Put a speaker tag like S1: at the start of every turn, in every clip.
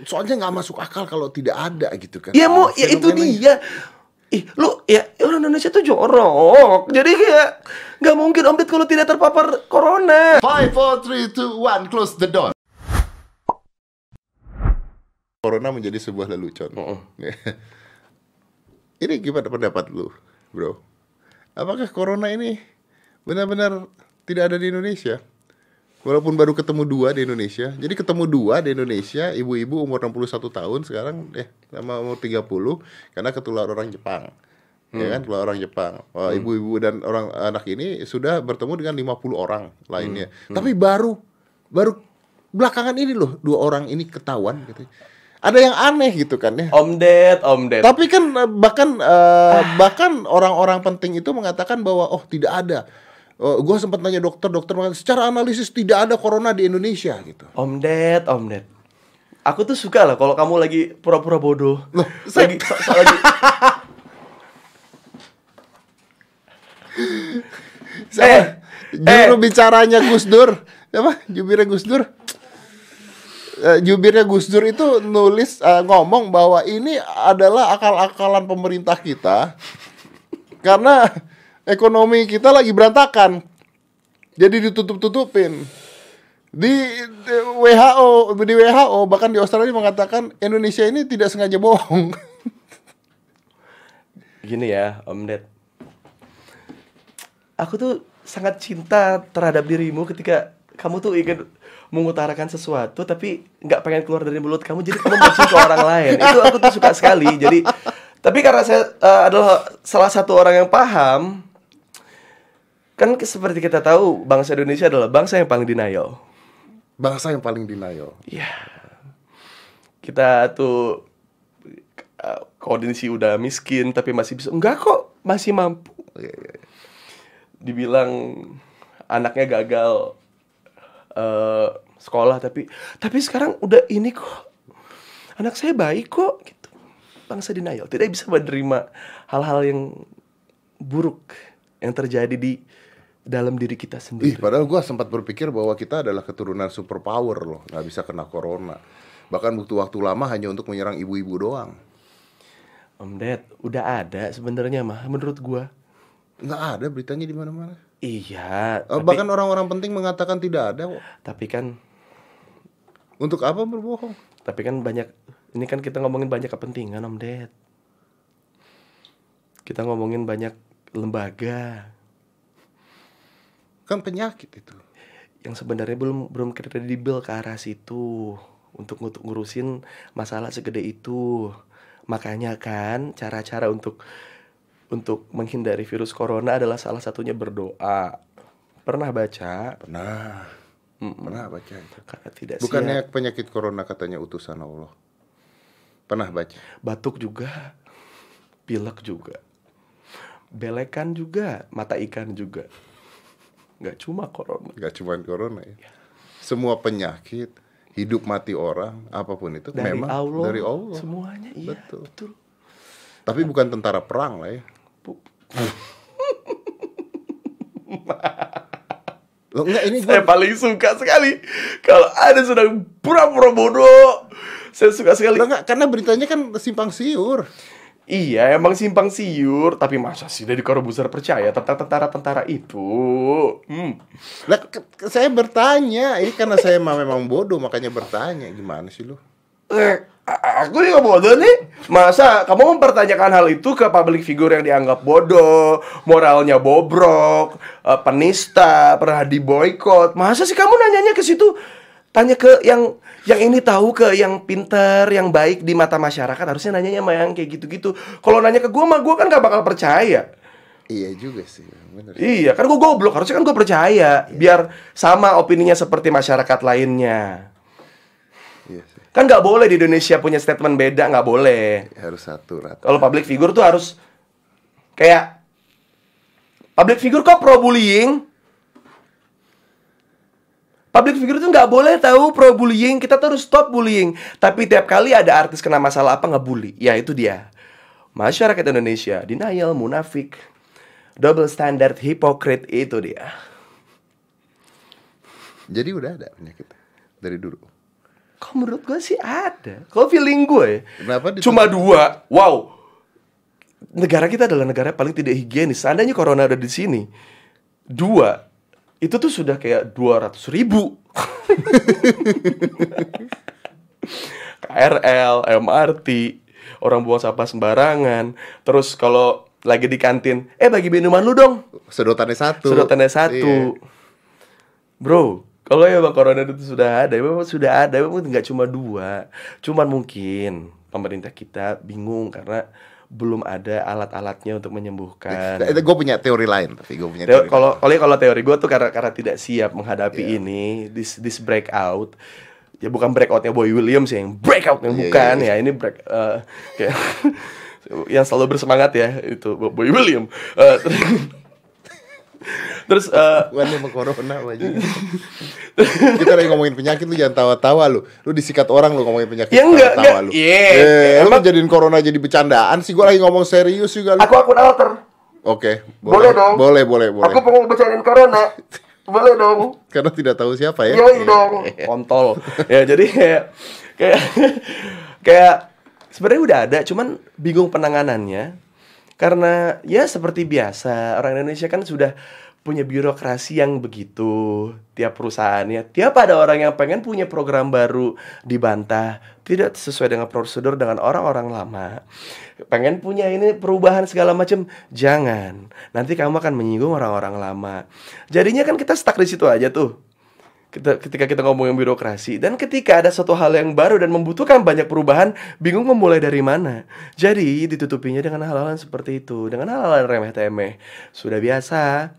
S1: Soalnya nggak masuk akal kalau tidak ada gitu kan.
S2: Ya mau, ya itu dia. Lu ya orang Indonesia tuh jorok. Jadi kayak nggak mungkin Om Ded kalau tidak terpapar corona.
S1: 5, 4, 3, 2, 1, close the door. Corona menjadi sebuah lelucon. Ini gimana pendapat lu, bro? Apakah corona ini benar-benar tidak ada di Indonesia? Walaupun baru ketemu 2 di Indonesia. Jadi ketemu 2 di Indonesia, ibu-ibu umur 61 tahun sekarang sama umur 30 karena ketular orang Jepang. Ya kan, ketular orang Jepang. Ibu-ibu dan orang anak ini sudah bertemu dengan 50 orang lainnya. Tapi baru belakangan ini loh 2 orang ini ketahuan gitu. Ada yang aneh gitu kan ya.
S2: Om Ded.
S1: Tapi kan bahkan orang-orang penting itu mengatakan bahwa tidak ada. Gue sempat nanya dokter mengatakan secara analisis tidak ada corona di Indonesia gitu.
S2: Om Ded. Aku tuh suka lah kalau kamu lagi pura-pura bodoh.
S1: Loh,
S2: lagi
S1: juru bicaranya Gus Dur, apa? Jubirnya Gus Dur. Jubirnya Gus Dur itu nulis ngomong bahwa ini adalah akal-akalan pemerintah kita karena ekonomi kita lagi berantakan. Jadi ditutup-tutupin. Di WHO bahkan di Australia mengatakan Indonesia ini tidak sengaja bohong.
S2: Gini ya, Om Ded. Aku tuh sangat cinta terhadap dirimu ketika kamu tuh ingin mengutarakan sesuatu tapi nggak pengen keluar dari mulut kamu, jadi kamu benci ke orang lain. Itu aku tuh suka sekali. Jadi, tapi karena saya adalah salah satu orang yang paham, kan seperti kita tahu bangsa Indonesia adalah bangsa yang paling denial.
S1: Bangsa yang paling denial.
S2: Iya. Kita tuh kondisi udah miskin tapi masih bisa. Enggak kok, masih mampu. Dibilang anaknya gagal sekolah tapi sekarang udah ini kok, anak saya baik kok gitu. Bangsa denial tidak bisa menerima hal-hal yang buruk yang terjadi di dalam diri kita sendiri.
S1: Padahal gue sempat berpikir bahwa kita adalah keturunan superpower loh, nggak bisa kena corona. Bahkan butuh waktu lama hanya untuk menyerang ibu-ibu doang.
S2: Om Ded, udah ada sebenarnya mah menurut gue.
S1: Nggak ada beritanya di mana-mana.
S2: Iya.
S1: Bahkan orang-orang penting mengatakan tidak ada kok.
S2: Tapi kan
S1: untuk apa berbohong?
S2: Tapi kan banyak, ini kan kita ngomongin banyak kepentingan Om Ded. Kita ngomongin banyak lembaga.
S1: Kan penyakit itu.
S2: Yang sebenarnya belum kredibel ke arah situ untuk ngurusin masalah segede itu. Makanya kan cara-cara untuk menghindari virus corona adalah salah satunya berdoa. Pernah baca?
S1: Pernah baca itu.
S2: Karena tidak
S1: bukannya siap. Penyakit corona katanya utusan Allah. Pernah baca?
S2: Batuk juga, pilek juga, belekan juga, mata ikan juga. Gak cuma corona.
S1: Gak cuma corona ya. Semua penyakit, hidup mati orang, apapun itu
S2: dari
S1: memang
S2: Allah,
S1: dari Allah.
S2: Semuanya iya. Betul.
S1: Tapi bukan tentara perang lah ya. Loh, enggak, ini
S2: saya paling suka sekali kalau ada sedang pura-pura bodoh. Saya suka sekali.
S1: Enggak, karena beritanya kan simpang siur.
S2: Iya, emang simpang siur. Tapi masa sih dari Corbuzier percaya tentang tentara-tentara itu?
S1: Nah, saya bertanya. Ini karena saya memang bodoh makanya bertanya. Gimana sih lu?
S2: Aku juga bodoh nih. Masa kamu mempertanyakan hal itu ke public figure yang dianggap bodoh, moralnya bobrok, penista, pernah diboykot. Masa sih kamu nanyanya ke situ? Tanya ke yang ini tahu, ke yang pintar, yang baik di mata masyarakat. Harusnya nanyanya sama yang kayak gitu-gitu. Kalau nanya ke gue mah gue kan gak bakal percaya.
S1: Iya juga sih, bener.
S2: Iya, kan gue goblok. Harusnya kan gue percaya. Biar sama opininya seperti masyarakat lainnya.
S1: Iya sih.
S2: Kan nggak boleh di Indonesia punya statement beda, nggak boleh.
S1: Harus satu rata.
S2: Kalau public figure tuh harus kayak public figure kok pro bullying. Public figure tuh nggak boleh tahu pro bullying. Kita tuh harus stop bullying. Tapi tiap kali ada artis kena masalah apa ngebully, ya itu dia. Masyarakat Indonesia denial, munafik, double standard, hypocrite, itu dia.
S1: Jadi udah ada penyakit dari dulu.
S2: Kalau menurut gue sih ada. Kalau feeling gue
S1: Kenapa
S2: cuma 2. Wow. Negara kita adalah negara paling tidak higienis. Seandainya corona ada di sini, 2 itu tuh sudah kayak 200.000. KRL, MRT, orang buang sampah sembarangan. Terus kalau lagi di kantin, bagi minuman lu dong.
S1: Sedotannya satu.
S2: Iya. Bro, kalau emang corona itu sudah ada, memang nggak cuma 2. Cuman mungkin pemerintah kita bingung karena belum ada alat-alatnya untuk menyembuhkan.
S1: Gue punya teori lain, tapi gue punya
S2: Kalau teori gue tuh karena tidak siap menghadapi ini, this breakout. Ya bukan breakoutnya Boy Williams yang breakout yang bukan ya, ini kayak yang selalu bersemangat ya itu Boy Williams. Terus
S1: bukan sama corona aja. Kita lagi ngomongin penyakit, lu jangan tawa-tawa lu. Lu disikat orang lu ngomongin penyakit.
S2: Ya enggak.
S1: Lu. Lu jadiin corona jadi bercandaan sih. Gue lagi ngomong serius juga lu.
S2: Aku akun alter.
S1: Oke,
S2: boleh dong.
S1: Boleh.
S2: Aku pengen bercandain corona. Boleh dong.
S1: Karena tidak tahu siapa ya.
S2: Iya dong. Kontol. Ya jadi kayak sebenarnya udah ada, cuman bingung penanganannya. Karena ya seperti biasa, orang Indonesia kan sudah punya birokrasi yang begitu. Tiap perusahaannya, tiap ada orang yang pengen punya program baru dibantah, tidak sesuai dengan prosedur dengan orang-orang lama. Pengen punya ini perubahan segala macam, jangan. Nanti kamu akan menyinggung orang-orang lama. Jadinya kan kita stuck di situ aja tuh. Ketika kita ngomongin birokrasi, dan ketika ada suatu hal yang baru dan membutuhkan banyak perubahan, bingung memulai dari mana. Jadi ditutupinya dengan hal-hal seperti itu, dengan hal-hal remeh-temeh. Sudah biasa.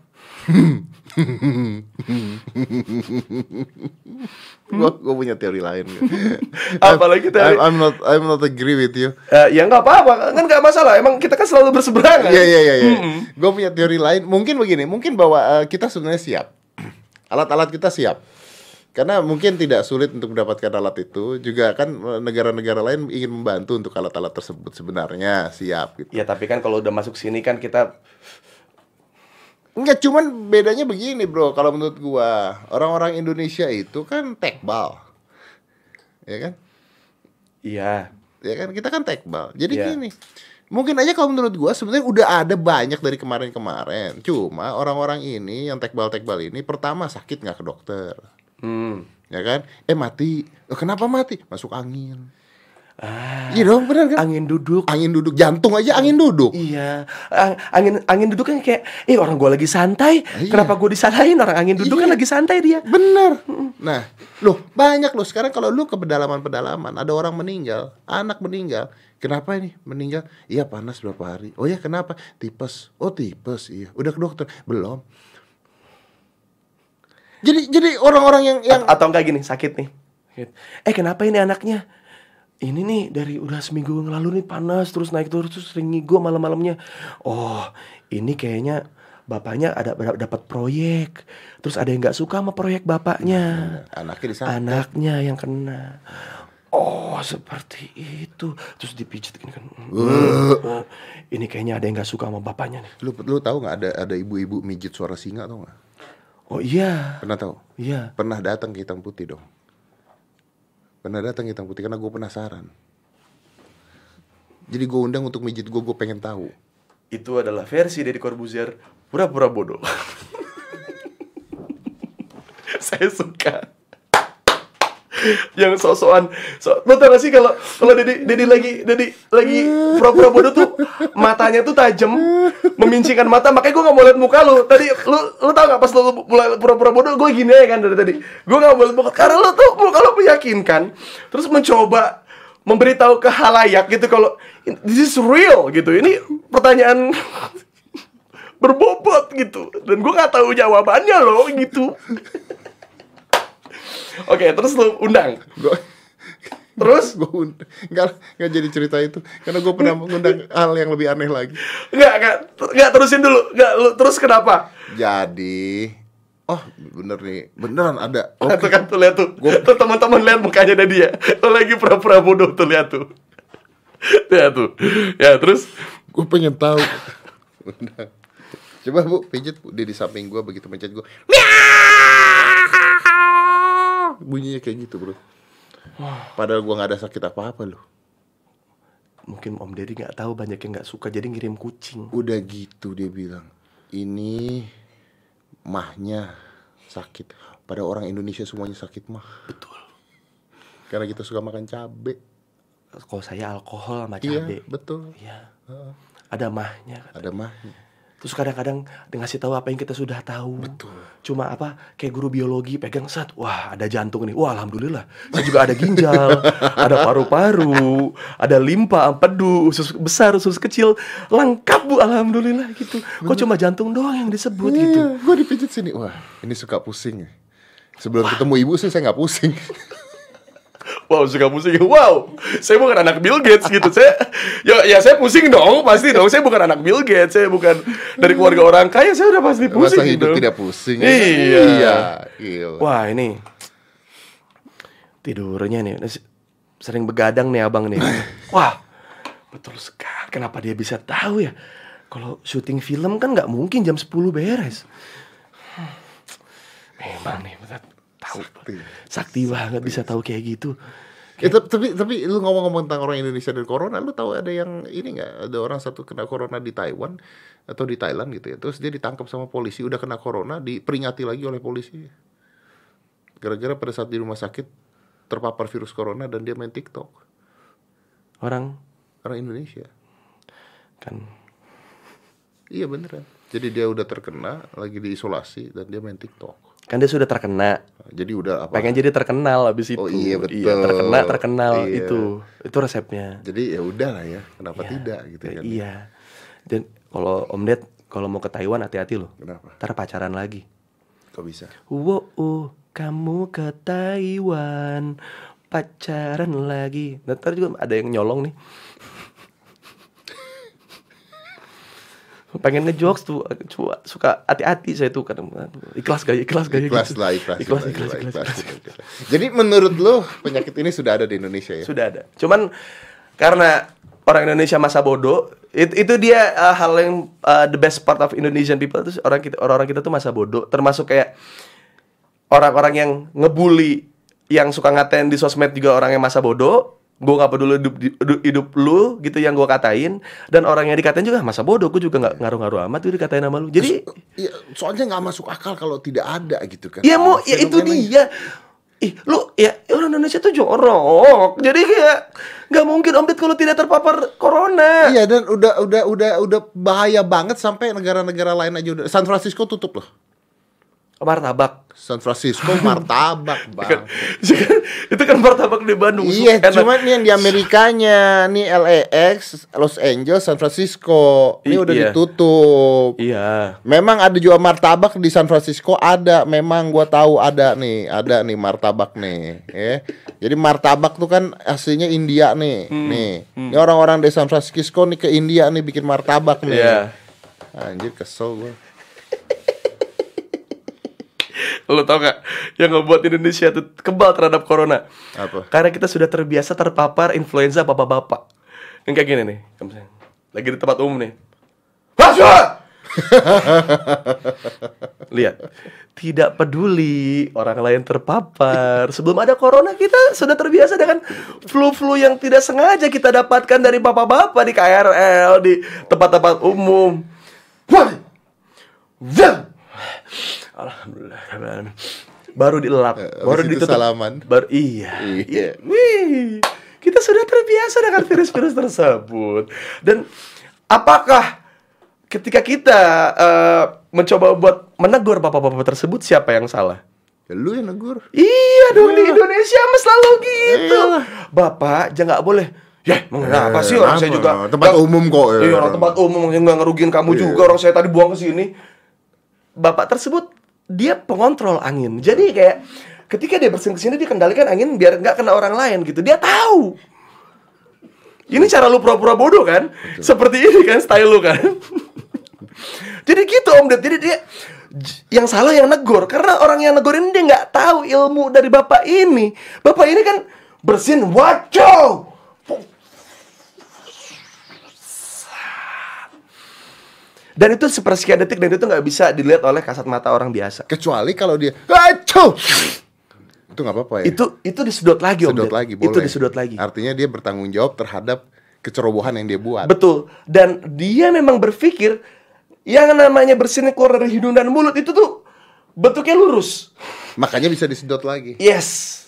S1: Gue punya teori lain.
S2: Apalagi teori.
S1: I'm not agree with you.
S2: Ya nggak apa-apa, kan nggak masalah. Emang kita kan selalu berseberangan.
S1: Iya. Gue punya teori lain. Mungkin begini, mungkin bahwa kita sebenarnya siap. Alat-alat kita siap. Karena mungkin tidak sulit untuk mendapatkan alat itu. Juga kan negara-negara lain ingin membantu untuk alat-alat tersebut sebenarnya siap gitu.
S2: Ya tapi kan kalau udah masuk sini kan kita
S1: enggak, cuman bedanya begini bro. Kalau menurut gua, orang-orang Indonesia itu kan tekbal. Ya kan?
S2: Iya.
S1: Ya kan, kita kan tekbal. Jadi gini, mungkin aja kalau menurut gua sebenarnya udah ada banyak dari kemarin-kemarin. Cuma orang-orang ini yang tekbal-tekbal ini pertama sakit nggak ke dokter. Ya kan? Mati. Kenapa mati? Masuk angin. Iya dong, benar kan?
S2: Angin duduk,
S1: jantung aja angin duduk.
S2: Iya, angin duduk kan kayak, orang gue lagi santai, kenapa gue disalahin? Orang angin duduk kan lagi santai dia.
S1: Bener. Nah, banyak sekarang kalau lu ke pedalaman, ada orang meninggal, anak meninggal. Kenapa ini meninggal? Iya panas berapa hari. Oh ya kenapa? Tipes. Oh tipes, iya. Udah ke dokter? Belum. Jadi orang-orang yang
S2: atau enggak gini, sakit nih. Kenapa ini anaknya? Ini nih dari udah seminggu yang lalu nih panas terus naik terus sering ngigo malam-malamnya. Oh, ini kayaknya bapaknya ada dapat proyek. Terus ada yang nggak suka sama proyek bapaknya. Anaknya yang kena. Oh, seperti itu. Terus dipijit gini kan. Oh, ini kayaknya ada yang nggak suka sama bapaknya nih.
S1: Lu tahu nggak ada ibu-ibu mijit suara singa, tau nggak?
S2: Oh iya.
S1: Pernah tahu?
S2: Iya.
S1: Pernah datang ke Hitam Putih dong. Karena gue penasaran. Jadi gue undang untuk mijit gue pengen tahu.
S2: Itu adalah versi dari Corbuzier pura-pura bodoh. Saya suka. Yang sok-sokan. Lo tau gak sih kalau Dedi lagi pura-pura bodoh tuh matanya tuh tajam, memincingkan mata, makanya gue gak mau liat muka lu. Tadi lu tau gak pas lu mulai pura-pura bodoh, gue gini aja kan dari tadi. Gue gak mau liat muka karena lu tuh muka lu meyakinkan, terus mencoba memberitahu ke halayak gitu kalau this is real gitu. Ini pertanyaan berbobot gitu, dan gue gak tahu jawabannya loh gitu. Oke, terus lu undang. Terus
S1: gue nggak jadi cerita itu karena gue pernah mengundang hal yang lebih aneh lagi.
S2: Nggak terusin dulu. Lu terus kenapa?
S1: Jadi, beneran ada.
S2: Tuh kan tuh lihat tuh. Tuh teman-teman lihat mukanya ada dia. Tuh lagi pura-pura bodoh tuh lihat tuh. Lihat tuh. Ya terus
S1: gue pengen tahu. Coba Bu, pijit Bu, dia di samping gue begitu mencet gue. Bunyinya kayak gitu bro. Padahal gua nggak ada sakit apa-apa loh.
S2: Mungkin Om Deddy nggak tahu, banyak yang nggak suka jadi ngirim kucing.
S1: Udah gitu dia bilang, ini mahnya sakit. Pada orang Indonesia semuanya sakit mah.
S2: Betul.
S1: Karena kita suka makan cabe.
S2: Kalau saya alkohol sama
S1: Iya,
S2: cabe.
S1: betul.
S2: Iya. Ada mahnya.
S1: Ada mahnya.
S2: Terus kadang-kadang ngasih tahu apa yang kita sudah tahu.
S1: Betul.
S2: Cuma apa, kayak guru biologi pegang set, wah ada jantung nih, wah alhamdulillah. Saya juga ada ginjal, ada paru-paru, ada limpa, empedu, usus besar, usus kecil, lengkap Bu, alhamdulillah gitu. Kok cuma jantung doang yang disebut gitu?
S1: Iya, gue dipijit sini. Wah, ini suka pusing ya. Sebelum ketemu ibu sih saya nggak pusing.
S2: Wow, suka pusing. Wow, saya bukan anak Bill Gates gitu. Saya pusing dong, pasti dong. Saya bukan anak Bill Gates, saya bukan dari keluarga orang kaya. Saya udah pasti pusing.
S1: Masa hidup
S2: gitu.
S1: tidak pusing?
S2: Iya.
S1: Gila.
S2: Wah, ini tidurnya nih sering begadang nih abang nih. Wah, betul sekali. Kenapa dia bisa tahu ya? Kalau syuting film kan nggak mungkin jam 10 beres. Memang nih, tahu. Sakti banget bisa tahu kayak gitu.
S1: Tapi lu ngomong-ngomong tentang orang Indonesia dan corona, lu tahu ada yang ini nggak? Ada orang satu kena corona di Taiwan atau di Thailand gitu ya. Terus dia ditangkap sama polisi, udah kena corona, diperingati lagi oleh polisi. Gara-gara pada saat di rumah sakit terpapar virus corona dan dia main TikTok.
S2: Orang
S1: Indonesia.
S2: kan
S1: Iya beneran. Jadi dia udah terkena, lagi diisolasi dan dia main TikTok.
S2: dia sudah terkena.
S1: Jadi udah apa?
S2: Pengen jadi terkenal abis itu.
S1: Oh iya betul.
S2: Iya, terkenal
S1: Iya.
S2: itu resepnya.
S1: Jadi ya udah lah ya, kenapa tidak gitu kan?
S2: Iya. Dan kalau Om Ded kalau mau ke Taiwan hati-hati loh.
S1: Kenapa?
S2: Ntar pacaran lagi.
S1: Kok bisa?
S2: Wow, kamu ke Taiwan pacaran lagi. Ntar juga ada yang nyolong nih. Pengen ngejokes tuh, suka hati-hati saya tuh kadang ikhlas gak
S1: Ikhlas
S2: gitu.
S1: lah.
S2: Ikhlas.
S1: Jadi menurut lo penyakit ini sudah ada di Indonesia ya?
S2: Sudah ada. Cuman karena orang Indonesia masa bodoh, itu dia hal yang the best part of Indonesian people itu orang kita tuh masa bodoh, termasuk kayak orang-orang yang ngebully, yang suka ngatain di sosmed juga orang yang masa bodoh. Gue gak peduli hidup lu gitu yang gue katain. Dan orang yang dikatain juga masa bodoh. Gue juga gak ngaruh-ngaruh amat tuh dikatain sama lu. Jadi
S1: ya, soalnya nggak masuk akal kalau tidak ada gitu kan?
S2: ya mau ya itu dia. Lu ya orang Indonesia tuh jorok. Jadi kayak nggak mungkin Om Ded kalau tidak terpapar corona.
S1: Iya, dan udah bahaya banget sampai negara-negara lain aja udah. San Francisco tutup loh.
S2: Martabak.
S1: San Francisco martabak, Bang.
S2: Itu kan martabak di Bandung.
S1: Iya,
S2: enak.
S1: cuman nih yang di Amerikanya, nih LAX, Los Angeles, San Francisco, ini udah
S2: Iya.
S1: ditutup.
S2: Iya.
S1: Memang ada jual martabak di San Francisco, ada. Memang gua tahu ada nih martabak nih, ya. Jadi martabak tuh kan aslinya India nih, Ini orang-orang dari San Francisco nih ke India nih bikin martabak nih.
S2: Iya.
S1: Anjir kesel gua.
S2: Lo tau gak yang ngebuat Indonesia tuh kebal terhadap corona?
S1: Apa?
S2: Karena kita sudah terbiasa terpapar influenza bapak-bapak. Yang kayak gini nih, lagi di tempat umum nih. Masuk! Lihat, tidak peduli orang lain terpapar. Sebelum ada corona kita sudah terbiasa dengan flu-flu yang tidak sengaja kita dapatkan dari bapak-bapak di KRL, di tempat-tempat umum. Alhamdulillah. Baru dilap, baru ditutup.
S1: Salaman.
S2: Baru iya. Wih, kita sudah terbiasa dengan virus-virus tersebut. Dan apakah ketika kita mencoba buat menegur bapak-bapak tersebut, siapa yang salah?
S1: Ya, lu yang negur.
S2: Iya dong, di Indonesia mah selalu gitu. Bapak jangan nggak boleh. Ya, mengapa sih orang saya juga
S1: tempat umum kok.
S2: Iya, orang tempat umum yang nggak ngerugiin kamu juga. Orang saya tadi buang ke sini. Bapak tersebut dia pengontrol angin. Jadi kayak ketika dia bersin ke sini dia kendalikan angin biar nggak kena orang lain gitu. Dia tahu. Ini cara lu pura-pura bodoh kan? Betul. Seperti ini kan style lu kan? Jadi gitu Om Ded. Jadi dia yang salah yang negor, karena orang yang negor ini dia nggak tahu ilmu dari bapak ini. Bapak ini kan bersin waco. Dan itu sepersekian detik, dan itu nggak bisa dilihat oleh kasat mata orang biasa.
S1: Kecuali kalau dia acuh. Itu nggak apa-apa ya.
S2: Itu disedot lagi Om
S1: Sedot
S2: Ded.
S1: lagi, boleh.
S2: Itu disedot lagi.
S1: Artinya dia bertanggung jawab terhadap kecerobohan yang dia buat.
S2: Betul. Dan dia memang berpikir yang namanya bersin keluar dari hidung dan mulut itu tuh bentuknya lurus.
S1: Makanya bisa disedot lagi.
S2: Yes.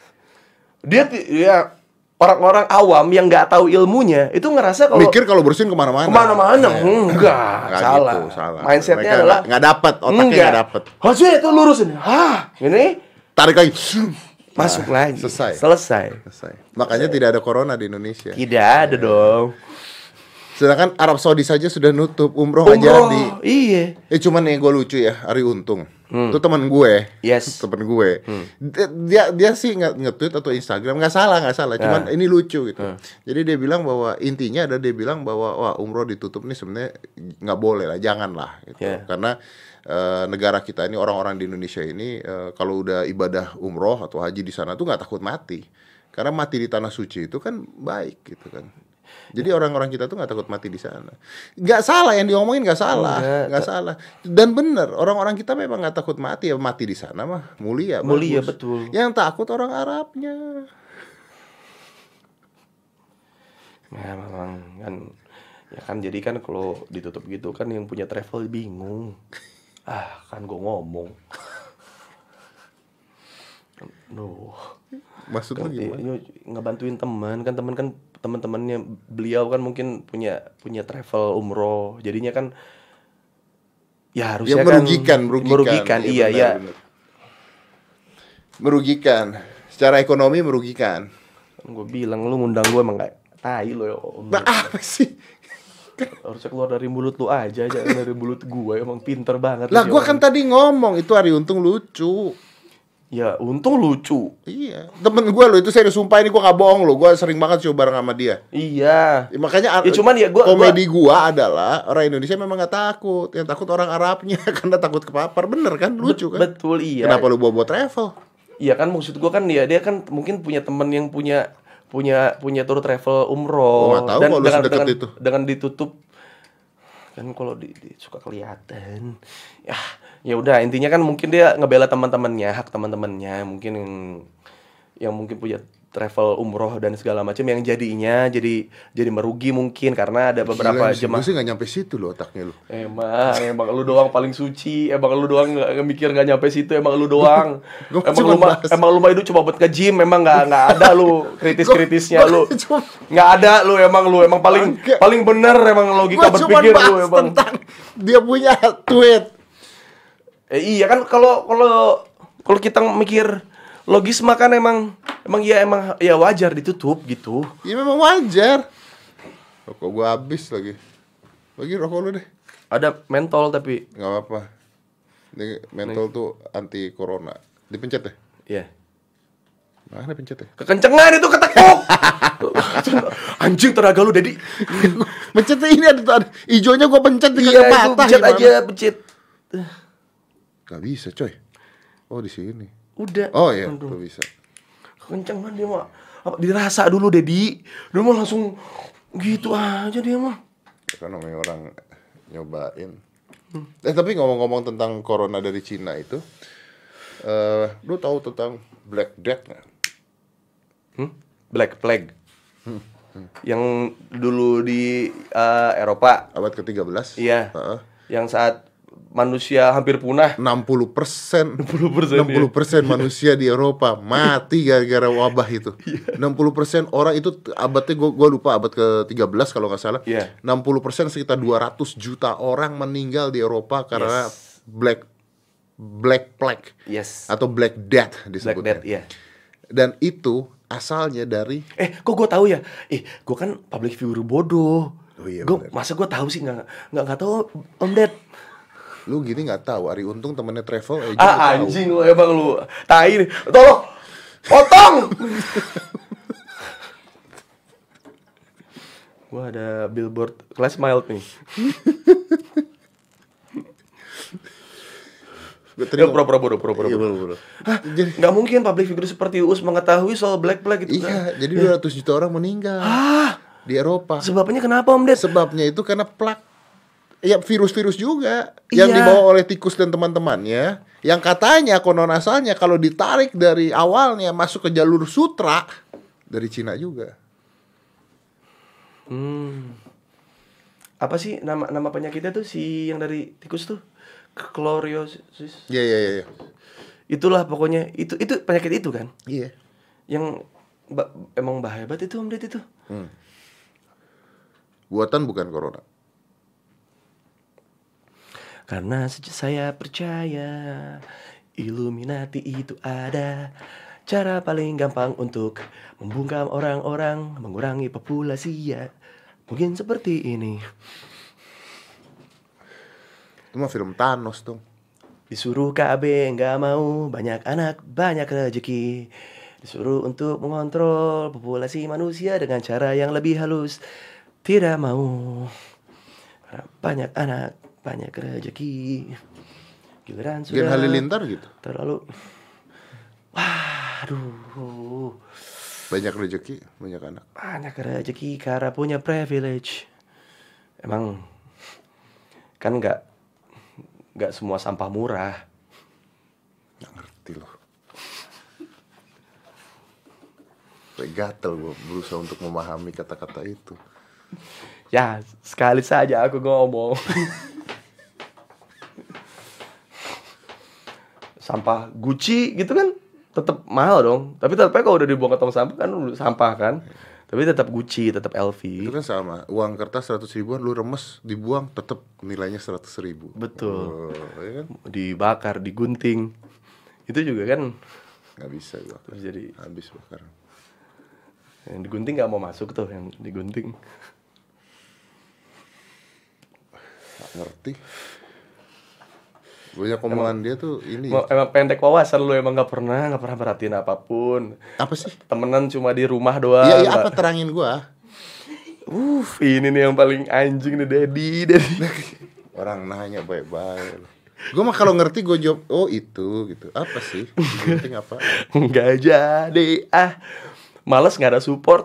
S2: Dia orang-orang awam yang nggak tahu ilmunya itu ngerasa kalau
S1: Mikir kalau bersin kemana-mana.
S2: kemana-mana enggak,
S1: Nggak
S2: salah.
S1: gitu, salah.
S2: Mindsetnya
S1: Mereka
S2: adalah
S1: nggak dapet, otaknya nggak dapet.
S2: Harusnya itu lurus ini. Ini
S1: Tarik lagi.
S2: masuk
S1: Nah,
S2: lagi.
S1: selesai.
S2: Selesai.
S1: Makanya tidak ada corona di Indonesia.
S2: Tidak ada dong.
S1: Sedangkan Arab Saudi saja sudah nutup, umroh nggak jadi.
S2: Iya.
S1: Cuman yang gue lucu ya, Ari Untung. Itu teman gue.
S2: Yes.
S1: Temen gue. Dia sih nge-tweet atau Instagram nggak salah. Cuman ini lucu gitu. Jadi dia bilang bahwa intinya ada dia bilang bahwa wah umroh ditutup nih sebenarnya nggak boleh lah, janganlah gitu.
S2: Yeah.
S1: Karena negara kita ini orang-orang di Indonesia ini kalau udah ibadah umroh atau haji di sana tuh nggak takut mati. Karena mati di tanah suci itu kan baik gitu kan. Jadi orang-orang kita tuh nggak takut mati di sana. Nggak salah yang diomongin, nggak salah. Dan bener orang-orang kita memang nggak takut mati, ya mati di sana mah mulia.
S2: Mulia,
S1: bagus.
S2: betul.
S1: Yang takut orang Arabnya.
S2: Ya memang kan, ya kan jadi kan kalau ditutup gitu kan yang punya travel bingung. Kan gue ngomong. Duh.
S1: Maksud lu gimana?
S2: Ngebantuin teman-temannya beliau kan mungkin punya travel umroh, jadinya kan ya harusnya merugikan. Iya ya.
S1: Benar. Merugikan secara ekonomi, merugikan.
S2: Gue bilang lu ngundang gue emang gak tai lo ya.
S1: Nah, apa sih?
S2: Harusnya keluar dari mulut lu aja dari mulut gue, emang pinter banget.
S1: Lah gue kan tadi ngomong itu Ari Untung lucu.
S2: Ya untung lucu.
S1: Iya, temen gue lo itu serius, sumpah ini gue gak bohong lo, gue sering banget show bareng sama dia.
S2: Iya.
S1: Ya, makanya
S2: cuman ya
S1: komedi gue adalah orang Indonesia memang gak takut, yang takut orang Arabnya karena takut kepapar, bener kan, lucu kan?
S2: Betul, iya.
S1: Kenapa lu bawa travel?
S2: Iya kan, maksud gue kan dia kan mungkin punya temen yang punya tour travel umroh.
S1: Gak tahu kalau sedekat itu.
S2: Dengan ditutup kan kalau suka kelihatan. Ya udah, intinya kan mungkin dia ngebela teman-temannya, hak teman-temannya mungkin yang mungkin punya travel umroh dan segala macam yang jadinya jadi merugi mungkin karena ada beberapa jemaah.
S1: Gue sih nggak nyampe situ lo otaknya lo.
S2: Emang lu doang paling suci, emang lu doang nggak mikir nggak nyampe situ, emang lu doang. emang lu mah itu coba buat ke gym, emang nggak ada lu kritisnya lu. Nggak ada lu emang paling bener emang logika berpikir lu emang.
S1: Tentang dia punya tweet.
S2: Iya kan, kalau kita mikir logis mah kan emang ya wajar ditutup gitu.
S1: Ya memang wajar. Rokok gua habis lagi. Bagi rokok lu deh.
S2: Ada mentol tapi
S1: nggak apa-apa. Ini mentol tuh anti corona. Dipencet deh.
S2: Iya.
S1: Mana pencet ya?
S2: Kekencengan itu ketekuk. Anjing tenaga lu, Dedi.
S1: Pencetnya ini ada hijaunya gua pencet
S2: Iya, itu pencet aja, pencet.
S1: Gak bisa, coy. Oh, di sini.
S2: Udah.
S1: Oh iya, tuh bisa.
S2: Kekencengan dia mah. Dirasa dulu, Dedi. Dia mah langsung gitu aja dia mah.
S1: Kan namanya orang nyobain. Tapi ngomong-ngomong tentang corona dari Cina itu, lu tahu tentang Black Death nggak?
S2: Black Plague. Yang dulu di Eropa.
S1: Abad ke-13.
S2: Iya. Yang saat manusia hampir punah.
S1: 60% manusia di Eropa mati gara-gara wabah itu. 60% orang itu abadnya gue lupa abad ke-13 kalau nggak salah. 60% sekitar 200 juta orang meninggal di Eropa karena Black Plague. Atau Black Death disebutnya.
S2: Black Death, iya.
S1: Dan itu asalnya dari
S2: kok gue tahu ya? Gue kan public figure bodoh.
S1: Oh iya,
S2: masa gue tahu sih nggak tahu Om Ded.
S1: Lu gini nggak tahu, Ari Untung temennya travel
S2: anjing lu emang lu. Tai nih. Tolong. Potong. Gua ada billboard Class Mild nih. Pura-pura bodoh. Nggak mungkin public figure seperti Uus mengetahui soal Black Plague gitu.
S1: Iya, jadi 200 juta orang meninggal di Eropa.
S2: Sebabnya kenapa Om Ded?
S1: Sebabnya itu karena plak ya virus-virus juga yang
S2: Iya.
S1: dibawa oleh tikus dan teman-temannya, yang katanya konon asalnya kalau ditarik dari awalnya masuk ke jalur sutra dari Cina juga.
S2: Apa sih nama penyakitnya tuh si yang dari tikus tuh? Chloriosis.
S1: Iya iya iya.
S2: Itulah pokoknya itu penyakit itu kan.
S1: Iya.
S2: Yang emang bahaya banget itu Om Ded itu.
S1: Buatan bukan corona.
S2: Karena saya percaya Illuminati itu ada. Cara paling gampang untuk membungkam orang-orang, mengurangi populasi ya. Mungkin seperti ini.
S1: Itu mah film Thanos dong.
S2: Disuruh KB nggak mau, banyak anak, banyak rezeki. Disuruh untuk mengontrol populasi manusia dengan cara yang lebih halus. Tidak mau. Banyak anak, banyak rezeki. Giliran
S1: Gen
S2: sudah
S1: Halilintar gitu.
S2: terlalu. Waduh.
S1: Banyak rezeki, banyak anak.
S2: Banyak rezeki karena punya privilege. Emang kan nggak semua sampah murah.
S1: Nggak ngerti loh. Kayak gatel gue berusaha untuk memahami kata-kata itu.
S2: Ya, sekali saja aku ngomong. Sampah Gucci gitu kan tetap mahal dong. Tapi tetap aja kalau udah dibuang ke tong sampah kan udah sampah kan. Tapi tetap Gucci, tetap LV.
S1: Itu kan sama. Uang kertas 100 ribuan lu remes, dibuang tetap nilainya 100 ribu.
S2: Betul.
S1: Oh, ya kan?
S2: Dibakar, digunting. Itu juga kan
S1: Nggak bisa gua.
S2: terus jadi
S1: Habis bakar.
S2: yang digunting nggak mau masuk tuh yang digunting.
S1: Nggak ngerti. Banyak omongan dia tuh ini.
S2: Emang pendek wawasan lu, emang nggak pernah perhatiin apapun.
S1: Apa sih?
S2: Temenan cuma di rumah doang.
S1: Iya iya,
S2: nggak-
S1: apa terangin gua?
S2: Ini nih yang paling anjing nih Dedi.
S1: Orang nanya baik-baik. Gue mah kalau ngerti gue jawab, oh itu gitu. Apa sih? Penting apa?
S2: Nggak jadi. Males nggak ada support.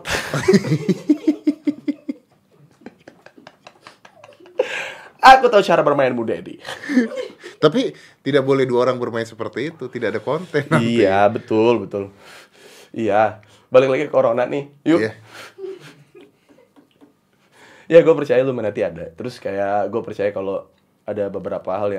S2: Aku tahu cara bermainmu Dedi.
S1: Tapi tidak boleh dua orang bermain seperti itu. Tidak ada konten nanti.
S2: Iya betul. Iya. Balik lagi ke corona nih. Yuk.
S1: Iya.
S2: Ya gue percaya lu nanti ada. Terus kayak gue percaya kalau ada beberapa hal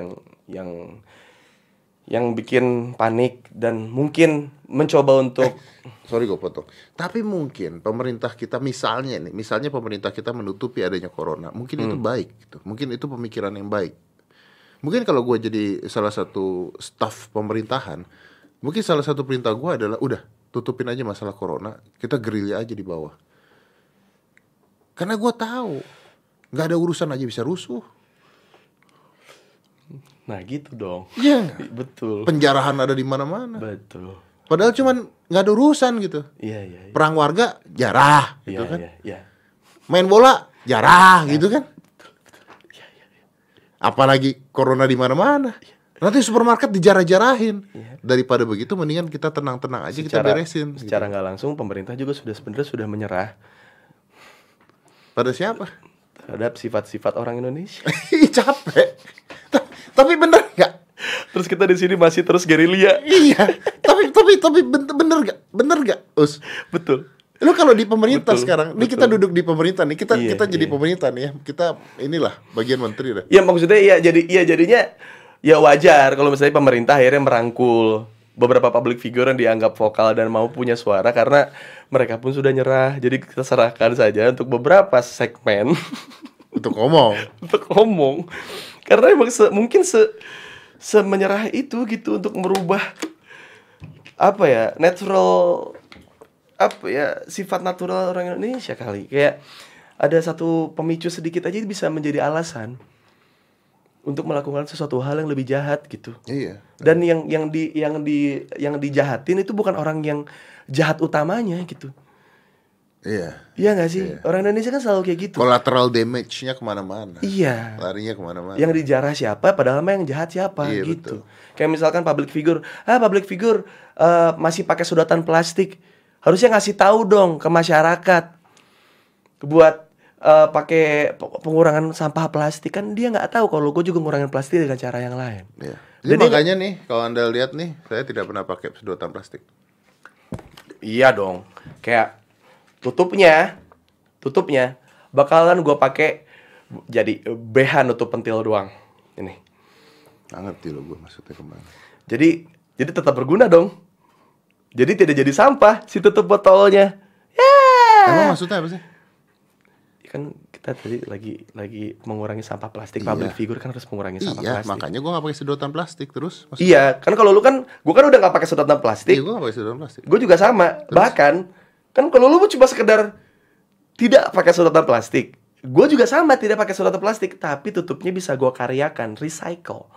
S2: yang bikin panik dan mungkin mencoba untuk
S1: Sorry gue potong. Tapi mungkin pemerintah kita misalnya pemerintah kita menutupi adanya corona. Mungkin itu baik gitu. Mungkin itu pemikiran yang baik. Mungkin kalau gue jadi salah satu staf pemerintahan, mungkin salah satu perintah gue adalah udah tutupin aja masalah corona. Kita gerilya aja di bawah. Karena gue tahu nggak ada urusan aja bisa rusuh.
S2: nah gitu dong.
S1: Iya.
S2: Betul.
S1: Penjarahan ada di mana-mana.
S2: Betul.
S1: Padahal cuman nggak ada urusan gitu.
S2: Iya.
S1: Perang warga jarah gitu
S2: Iya,
S1: kan.
S2: iya.
S1: Main bola jarah gitu kan. Apalagi corona di mana-mana. Nanti supermarket dijarah-jarahin. Daripada begitu mendingan kita tenang-tenang aja kita beresin.
S2: Secara nggak langsung pemerintah juga sebenarnya sudah menyerah
S1: Pada siapa?
S2: terhadap sifat-sifat orang Indonesia.
S1: Ih, capek. Tapi bener nggak?
S2: Terus kita di sini masih terus gerilya.
S1: Iya. Tapi bener nggak? Bener nggak? Us.
S2: Betul.
S1: Lu kalau di pemerintah
S2: Betul,
S1: sekarang, ini
S2: betul.
S1: kita duduk di pemerintah nih, kita
S2: Iya,
S1: jadi
S2: iya.
S1: pemerintah nih ya. Kita inilah bagian menteri dah.
S2: Ya maksudnya jadinya ya wajar kalau misalnya pemerintah akhirnya merangkul beberapa public figure yang dianggap vokal dan mau punya suara karena mereka pun sudah nyerah. Jadi kita serahkan saja untuk beberapa segmen
S1: Untuk ngomong.
S2: untuk ngomong. Karena emang mungkin semenyerah itu gitu untuk merubah apa ya, sifat natural orang Indonesia kali. Kayak ada satu pemicu sedikit aja bisa menjadi alasan untuk melakukan sesuatu hal yang lebih jahat gitu.
S1: Iya.
S2: Dan yang dijahatin itu bukan orang yang jahat utamanya gitu.
S1: Iya.
S2: Iya nggak sih? Orang Indonesia kan selalu kayak gitu.
S1: Collateral damage-nya kemana-mana.
S2: Iya.
S1: Larinya kemana-mana.
S2: Yang dijarah siapa, padahal mah yang jahat siapa
S1: Iya,
S2: gitu.
S1: betul.
S2: Kayak misalkan public figure masih pakai sedotan plastik. Harusnya ngasih tahu dong ke masyarakat buat pakai pengurangan sampah plastik, kan dia nggak tahu kalau gue juga ngurangin plastik dengan cara yang lain.
S1: Iya.
S2: Dan
S1: Jadi
S2: dia
S1: makanya nih, kalau Anda lihat nih, saya tidak pernah pakai sedotan plastik.
S2: Iya dong, kayak tutupnya bakalan gue pakai jadi BH nutup pentil doang. Ini.
S1: Nggak ngerti loh gue maksudnya kemana.
S2: Jadi tetap berguna dong. Jadi tidak jadi sampah si tutup botolnya. Ya.
S1: Emang maksudnya apa sih?
S2: Kan kita tadi lagi mengurangi sampah plastik.
S1: Iya.
S2: Public figure kan harus mengurangi sampah
S1: Iya,
S2: plastik.
S1: makanya gue nggak pakai sedotan plastik terus. Maksudnya,
S2: Iya, kan kalau lu kan, gue kan udah nggak pakai sedotan plastik.
S1: iya, gue nggak pakai sedotan plastik.
S2: Gue juga sama. Bahkan kan kalau lu cuma sekedar tidak pakai sedotan plastik, gue juga sama tidak pakai sedotan plastik, tapi tutupnya bisa gue karyakan, recycle.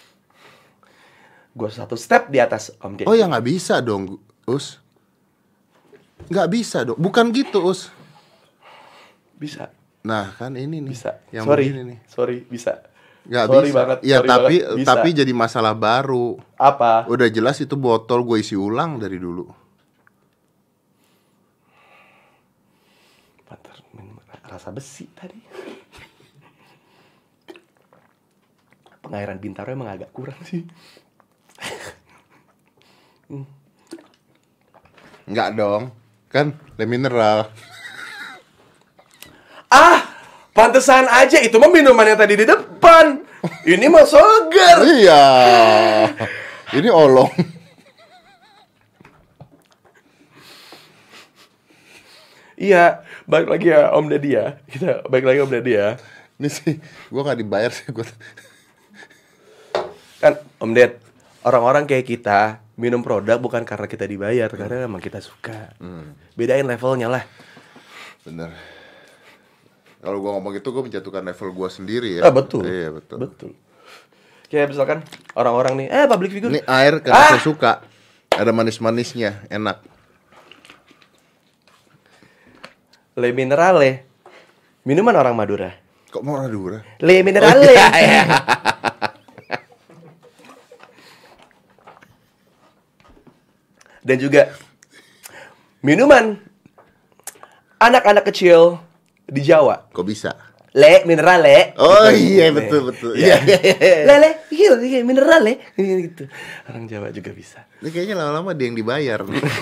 S2: Gue satu step di atas Om Deddy.
S1: Oh ya nggak bisa dong, Us. Nggak bisa dong. Bukan gitu, Us.
S2: Bisa.
S1: Nah kan ini nih.
S2: Bisa.
S1: Yang
S2: Sorry,
S1: begini nih.
S2: sorry, bisa.
S1: Nggak
S2: Sorry
S1: bisa.
S2: banget,
S1: Ya
S2: sorry
S1: tapi
S2: banget. Bisa.
S1: tapi jadi masalah baru.
S2: Apa?
S1: Udah jelas itu botol gue isi ulang dari dulu.
S2: Panter, rasa besi tadi. Pengairan Bintaro emang agak kurang sih.
S1: Nggak dong. Kan le mineral.
S2: Pantesan aja itu mah minuman yang tadi di depan. Ini mah seger.
S1: Iya. Ini olong.
S2: Iya, balik lagi ya Om Deddy ya. Kita balik lagi Om Deddy ya.
S1: Ini sih gue nggak dibayar sih gue.
S2: Kan Om Ded, orang-orang kayak kita minum produk bukan karena kita dibayar, karena emang kita suka. Bedain levelnya lah.
S1: Bener. Kalau gue ngomong itu gue menjatuhkan level gue sendiri ya.
S2: Betul.
S1: Iya betul.
S2: Betul. Kayak misalkan orang-orang nih, public figure.
S1: Ini air karena saya suka. Ada manis-manisnya, enak.
S2: Le Minerale. Minuman orang Madura.
S1: Kok mau Madura?
S2: Le Minerale. Dan juga minuman anak-anak kecil di Jawa.
S1: Kok bisa?
S2: Le Minerale.
S1: Oh
S2: Gitu.
S1: iya betul. Iya.
S2: Le Minerale gitu. Orang Jawa juga bisa.
S1: Ini kayaknya lama-lama dia yang dibayar.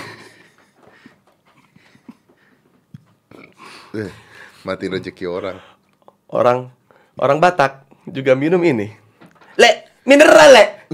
S1: Mati rezeki orang.
S2: Orang Batak juga minum ini. Le Minerale.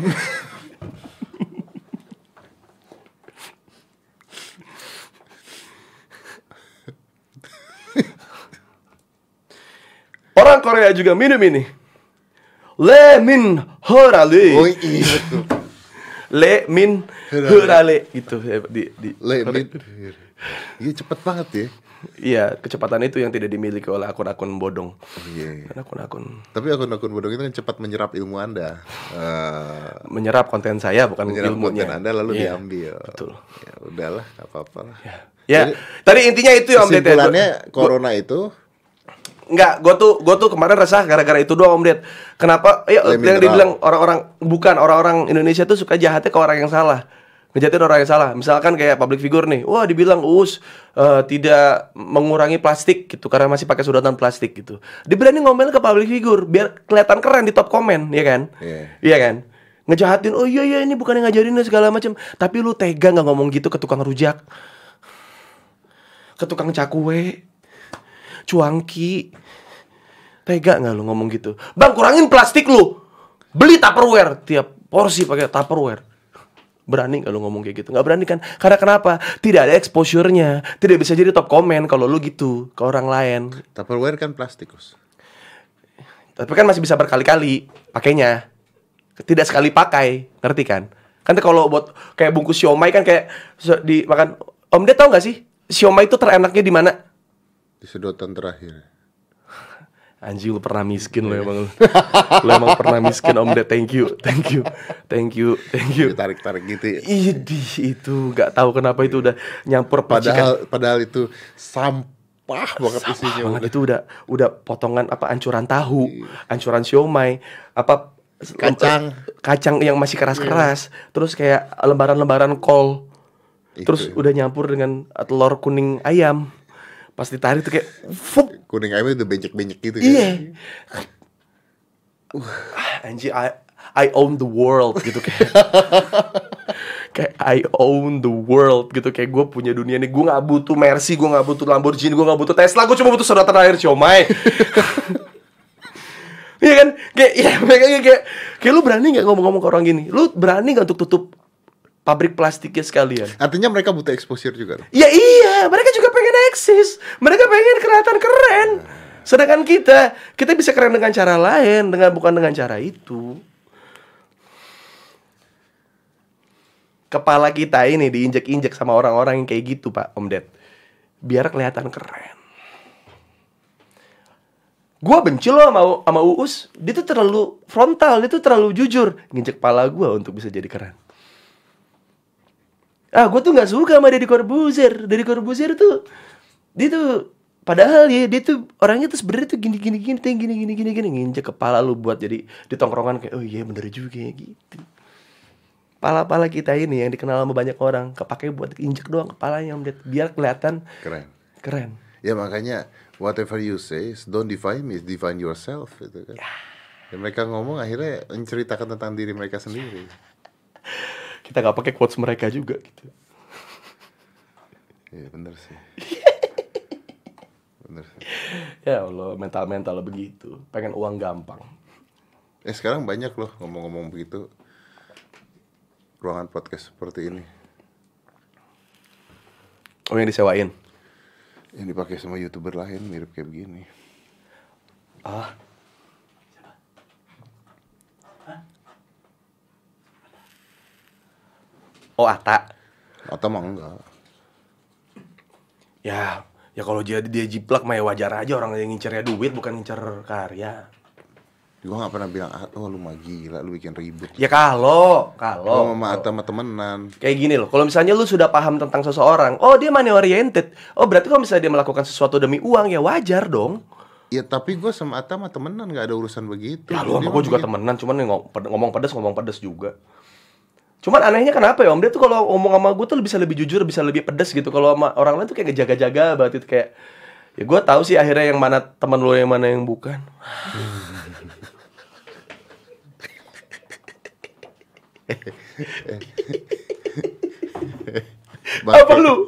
S2: Orang Korea juga minum ini. Le Min Horale.
S1: Oh iya betul.
S2: Le Min Horale gitu di
S1: Lemit. Iya cepet banget ya.
S2: Iya, kecepatan itu yang tidak dimiliki oleh akun-akun bodong.
S1: Oh, iya.
S2: Dan akun-akun
S1: Tapi akun-akun bodong itu kan cepat menyerap ilmu Anda.
S2: menyerap konten saya, bukan
S1: Menyerap
S2: ilmunya.
S1: konten Anda lalu
S2: Iya,
S1: diambil.
S2: betul.
S1: Ya udahlah, gak apa-apa lah.
S2: Ya,
S1: Jadi,
S2: tadi intinya itu ya Om Ded.
S1: kesimpulannya corona itu
S2: Enggak, gue tuh kemarin resah gara-gara itu doang Om Ded. Kenapa?
S1: Le
S2: Yang
S1: mineral.
S2: dibilang orang-orang Indonesia tuh suka jahatnya ke orang yang salah. Ngejahatin orang yang salah. Misalkan kayak public figure nih, wah dibilang tidak mengurangi plastik gitu karena masih pakai sedotan plastik gitu. Dia berani ngomel ke public figure biar kelihatan keren di top komen, ya kan?
S1: Iya.
S2: Iya kan? Ngejahatin, oh iya ini bukan yang ngajarin segala macam. Tapi lu tega nggak ngomong gitu ke tukang rujak, ke tukang cakwe, cuangki. Tega nggak lu ngomong gitu? Bang, kurangin plastik lu. Beli Tupperware tiap porsi pakai Tupperware. Berani nggak lu ngomong kayak gitu? Nggak berani kan? Karena kenapa? Tidak ada exposure-nya. Tidak bisa jadi top komen kalau lu gitu ke orang lain.
S1: Tupperware kan plastik, Us.
S2: Tapi kan masih bisa berkali-kali pakainya. Tidak sekali pakai, ngerti kan? Kan kalau buat kayak bungkus siomay kan kayak dimakan. Om Ded tau nggak sih? Siomay itu terenaknya di mana?
S1: Di sedotan terakhir.
S2: Anjing, lu pernah miskin lu emang. Lu emang pernah miskin Om Ded. Thank you.
S1: Ditarik-tarik gitu ya.
S2: Idih, itu nggak tahu kenapa itu udah nyampur percikan.
S1: Padahal itu sampah banget isinya.
S2: Banget itu udah potongan apa ancuran tahu, ancuran siomay, apa kacang yang masih keras-keras, terus kayak lembaran-lembaran kol. Terus
S1: Itu.
S2: udah nyampur dengan telur kuning ayam. Pas ditarik tuh kayak fup.
S1: Kuning ayamnya udah benyek-benyek gitu kan.
S2: Iya. Anjir, I own the world gitu kayak. Kayak I own the world gitu, kayak gue punya dunia ini. Gue nggak butuh Mercy, gue nggak butuh Lamborghini, gue nggak butuh Tesla, gue cuma butuh sedotan air siomay. Iya kan, kayak ya makanya kayak lu berani nggak ngomong-ngomong ke orang gini? Lu berani nggak untuk tutup pabrik plastiknya sekalian?
S1: Artinya mereka butuh exposure juga dong.
S2: Ya iya, mereka juga pengen eksis, mereka pengen kelihatan keren. Sedangkan kita bisa keren dengan cara lain, bukan dengan cara itu. Kepala kita ini diinjek-injek sama orang-orang yang kayak gitu, Pak Om Ded, biar kelihatan keren. Gua benci loh sama Uus. Dia tuh terlalu frontal, dia tuh terlalu jujur, nginjek kepala gua untuk bisa jadi keren. Gua tuh nggak suka sama Deddy Corbuzier. Deddy Corbuzier tuh, dia tuh padahal dia tuh orangnya tuh sebenarnya tuh gini nginjek kepala lu buat jadi di tongkrongan kayak oh iya bener juga kayak gitu. Pala-pala kita ini yang dikenal sama banyak orang kepake buat injek doang kepalanya Om Ded, biar kelihatan keren.
S1: Ya makanya whatever you say, don't define me, define yourself gitu kan. Dan mereka ngomong akhirnya menceritakan tentang diri mereka sendiri.
S2: Kita nggak pakai quotes mereka juga gitu.
S1: Iya bener sih. Bener sih.
S2: Ya Allah, mental begitu, pengen uang gampang.
S1: Sekarang banyak loh ngomong-ngomong begitu. Ruangan podcast seperti ini.
S2: Oh yang disewain?
S1: Yang dipakai sama YouTuber lain mirip kayak begini.
S2: Oh Atta
S1: mah enggak.
S2: Ya kalau dia jiplak mah ya wajar aja, orang yang ngincernya duit bukan ngincer karya.
S1: Gue gak pernah bilang, lu mah gila, lu bikin ribut.
S2: Ya kalau
S1: Lu sama Atta sama temenan.
S2: kayak gini loh, kalau misalnya lu sudah paham tentang seseorang, oh dia money oriented, oh berarti kalau misalnya dia melakukan sesuatu demi uang, ya wajar dong.
S1: Ya tapi gue sama Atta sama temenan, gak ada urusan begitu.
S2: Ya lu sama gue juga temenan, cuman ngomong pedes juga. Cuman anehnya kenapa ya Om, dia tuh kalau ngomong sama gue tuh bisa lebih jujur, bisa lebih pedes gitu. Kalau sama orang lain tuh kayak ngejaga-jaga banget itu, kayak ya gue tahu sih akhirnya yang mana teman lu yang mana yang bukan. Apa lu?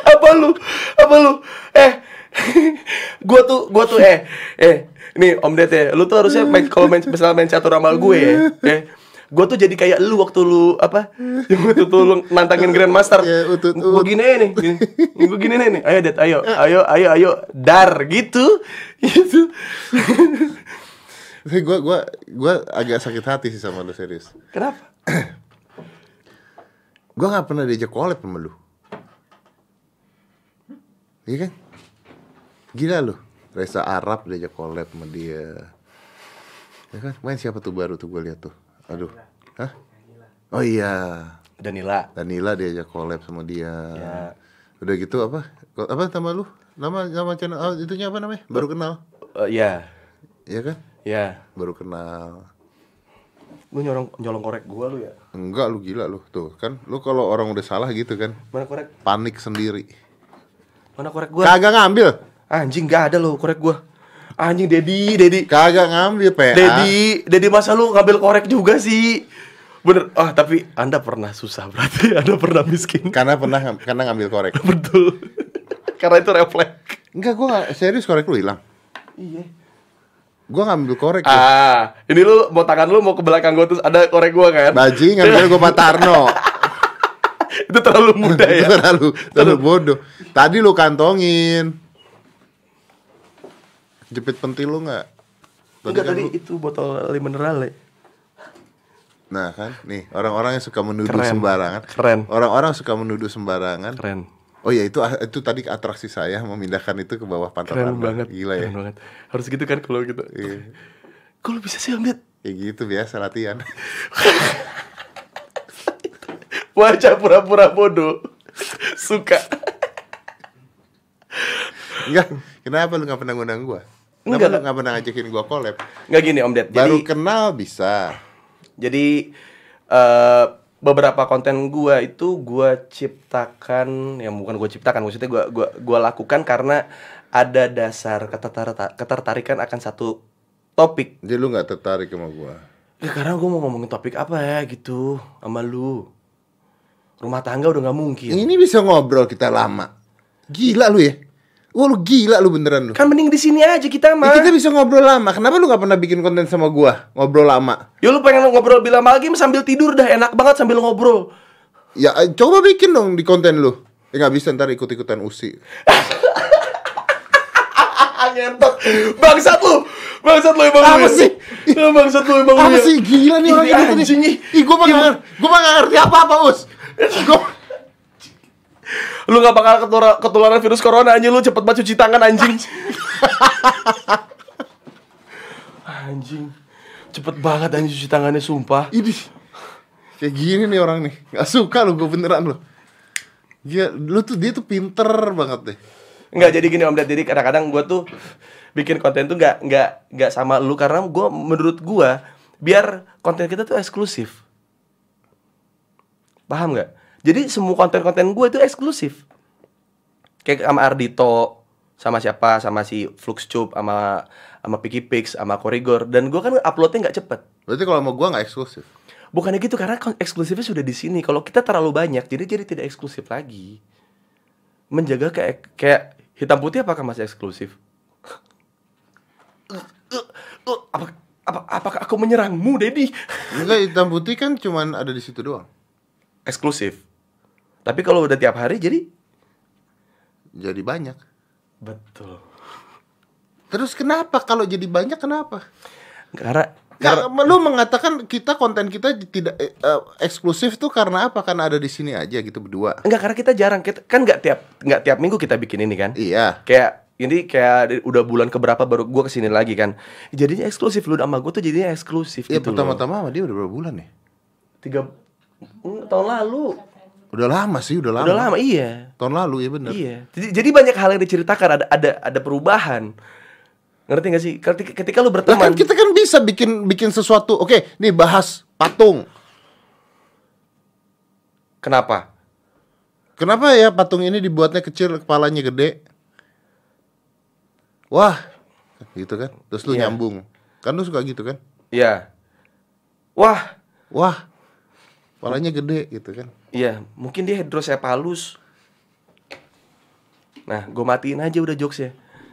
S2: Gua tuh nih Om Ded ya, lu tuh harusnya kalau main catur sama gue ya. Gua tuh jadi kayak lu waktu lu yang waktu tuh lu nantangin Grandmaster. Gua gini nih. Gua gini nih. Ayo Ded, ayo dar gitu.
S1: Gue agak sakit hati sih sama lu, serius.
S2: Kenapa?
S1: Gue gak pernah diajak collab sama lu. Iya kan? Gila lu, Reza Arab diajak collab sama dia. Ya kan? Main siapa tuh baru tuh gue lihat tuh. Aduh. Hah? Oh iya,
S2: Danila
S1: diajak collab sama dia.
S2: Ya.
S1: Udah gitu apa nama lu? Nama channel itunya apa namanya? Baru kenal.
S2: Iya.
S1: Iya kan?
S2: Ya.
S1: Baru kenal.
S2: Lu nyolong korek gua lu ya?
S1: Enggak, lu gila lu. Tuh kan, lu kalau orang udah salah gitu kan,
S2: Mana korek?
S1: panik sendiri.
S2: Mana korek gua?
S1: Kagak ngambil.
S2: Anjing gak ada lo korek gua. Anjing Dedi.
S1: Kagak ngambil PA.
S2: Dedi masa lu ngambil korek juga sih? Bener. Tapi Anda pernah susah berarti. Anda pernah miskin.
S1: Karena ngambil korek.
S2: Betul. Karena itu refleks.
S1: Enggak, gua enggak serius, korek lu hilang.
S2: Iya.
S1: Gua ngambil korek.
S2: Ini lu mau tangan lu mau ke belakang gua terus ada korek gua kan?
S1: Bajing ngambil gua Pak Tarno.
S2: Itu terlalu mudah ya.
S1: terlalu bodoh. Tadi lu kantongin. Jepit pentil lu enggak?
S2: Tadi itu botol air mineral ya.
S1: Nah kan, nih orang-orang yang suka menuduh
S2: Keren.
S1: sembarangan.
S2: Keren.
S1: Orang-orang suka menuduh sembarangan.
S2: Keren.
S1: Oh ya itu tadi atraksi saya memindahkan itu ke bawah pantat
S2: Keren
S1: Anda.
S2: banget.
S1: Gila ya.
S2: Keren banget. Harus gitu kan kalau gitu.
S1: Iya.
S2: Kok lu bisa sih Om Ded?
S1: Ya gitu biasa latihan.
S2: Wajah pura-pura bodoh. Suka.
S1: Enggak, kenapa lu gak pernah ngundang gua? Kenapa
S2: Enggak.
S1: lu gak pernah ngajakin gua collab?
S2: Nggak gini Om Ded.
S1: Baru kenal bisa.
S2: Jadi beberapa konten gua itu gua ciptakan, yang bukan gua ciptakan, maksudnya gua lakukan karena ada dasar ketertarikan akan satu topik.
S1: Jadi lu nggak tertarik sama gua?
S2: Ya karena gua mau ngomongin topik apa ya gitu sama lu. Rumah tangga udah nggak mungkin.
S1: Ini bisa ngobrol kita lama. Gila lu ya. Wah lu gila lu beneran lu.
S2: Kan mending di sini aja kita mah.
S1: Ya, kita bisa ngobrol lama. Kenapa lu nggak pernah bikin konten sama gua? Ngobrol lama.
S2: Ya lu pengen ngobrol bila lagi sambil tidur dah, enak banget sambil ngobrol.
S1: Ya coba bikin dong di konten lu. Nggak bisa, ntar ikut-ikutan usi.
S2: Ngentot. Bangsat lu emang.
S1: Apa sih?
S2: Bangsat lu emang.
S1: Apa sih? Gila nih orang
S2: Ini
S1: ini
S2: anjing nih.
S1: Ih gua mah nggak ngerti apa-apa Us.
S2: Lu gak bakal ketularan virus corona anjing, lu cepet banget cuci tangan anjing. Anjing. Cepet banget anjing cuci tangannya sumpah.
S1: Ini kayak gini nih orang nih. Nggak suka lu, gua beneran lu. Dia tuh pinter banget deh.
S2: Enggak, jadi gini Om Ded, jadi kadang-kadang gue tuh bikin konten tuh nggak sama lu karena menurut gue biar konten kita tuh eksklusif. Paham nggak? Jadi semua konten-konten gue itu eksklusif. Kayak sama Ardito, sama siapa, sama si Fluxcube, sama Picky Pix, sama Korigor. Dan gue kan uploadnya nggak cepet.
S1: Berarti kalau sama gua nggak eksklusif.
S2: Bukannya gitu, karena eksklusifnya sudah di sini. Kalau kita terlalu banyak, jadi tidak eksklusif lagi. Menjaga kayak hitam putih apakah masih eksklusif? Apakah aku menyerangmu, Dedi?
S1: Enggak, hitam putih kan cuman ada di situ doang.
S2: Eksklusif. Tapi kalau udah tiap hari jadi
S1: banyak.
S2: betul.
S1: Terus kenapa kalau jadi banyak kenapa?
S2: Karena
S1: Lu mengatakan konten kita tidak eksklusif tuh karena apa? Karena ada di sini aja gitu berdua.
S2: enggak, karena kita jarang, kan nggak tiap minggu kita bikin ini kan.
S1: Iya.
S2: Kayak udah bulan keberapa baru gue kesini lagi kan. Jadinya eksklusif, lu sama gue tuh jadinya eksklusif
S1: Iya,
S2: gitu.
S1: pertama-tama sama dia udah berapa bulan nih?
S2: 3 tahun lalu.
S1: Udah lama sih, udah lama.
S2: Udah lama, iya.
S1: Tahun lalu ya benar.
S2: Iya. Jadi banyak hal yang diceritakan, ada perubahan. Ngerti gak sih? Ketika lu
S1: Lah
S2: berteman,
S1: kan kita kan bisa bikin sesuatu. Oke, nih bahas patung.
S2: kenapa?
S1: Kenapa ya patung ini dibuatnya kecil, kepalanya gede? Wah, gitu kan. Terus lu
S2: Iya.
S1: nyambung. Kan lu suka gitu kan?
S2: Iya. Wah,
S1: Wah, kepalanya gede gitu kan.
S2: iya, mungkin dia hidrocephalus. Nah, gue matiin aja udah jokesnya.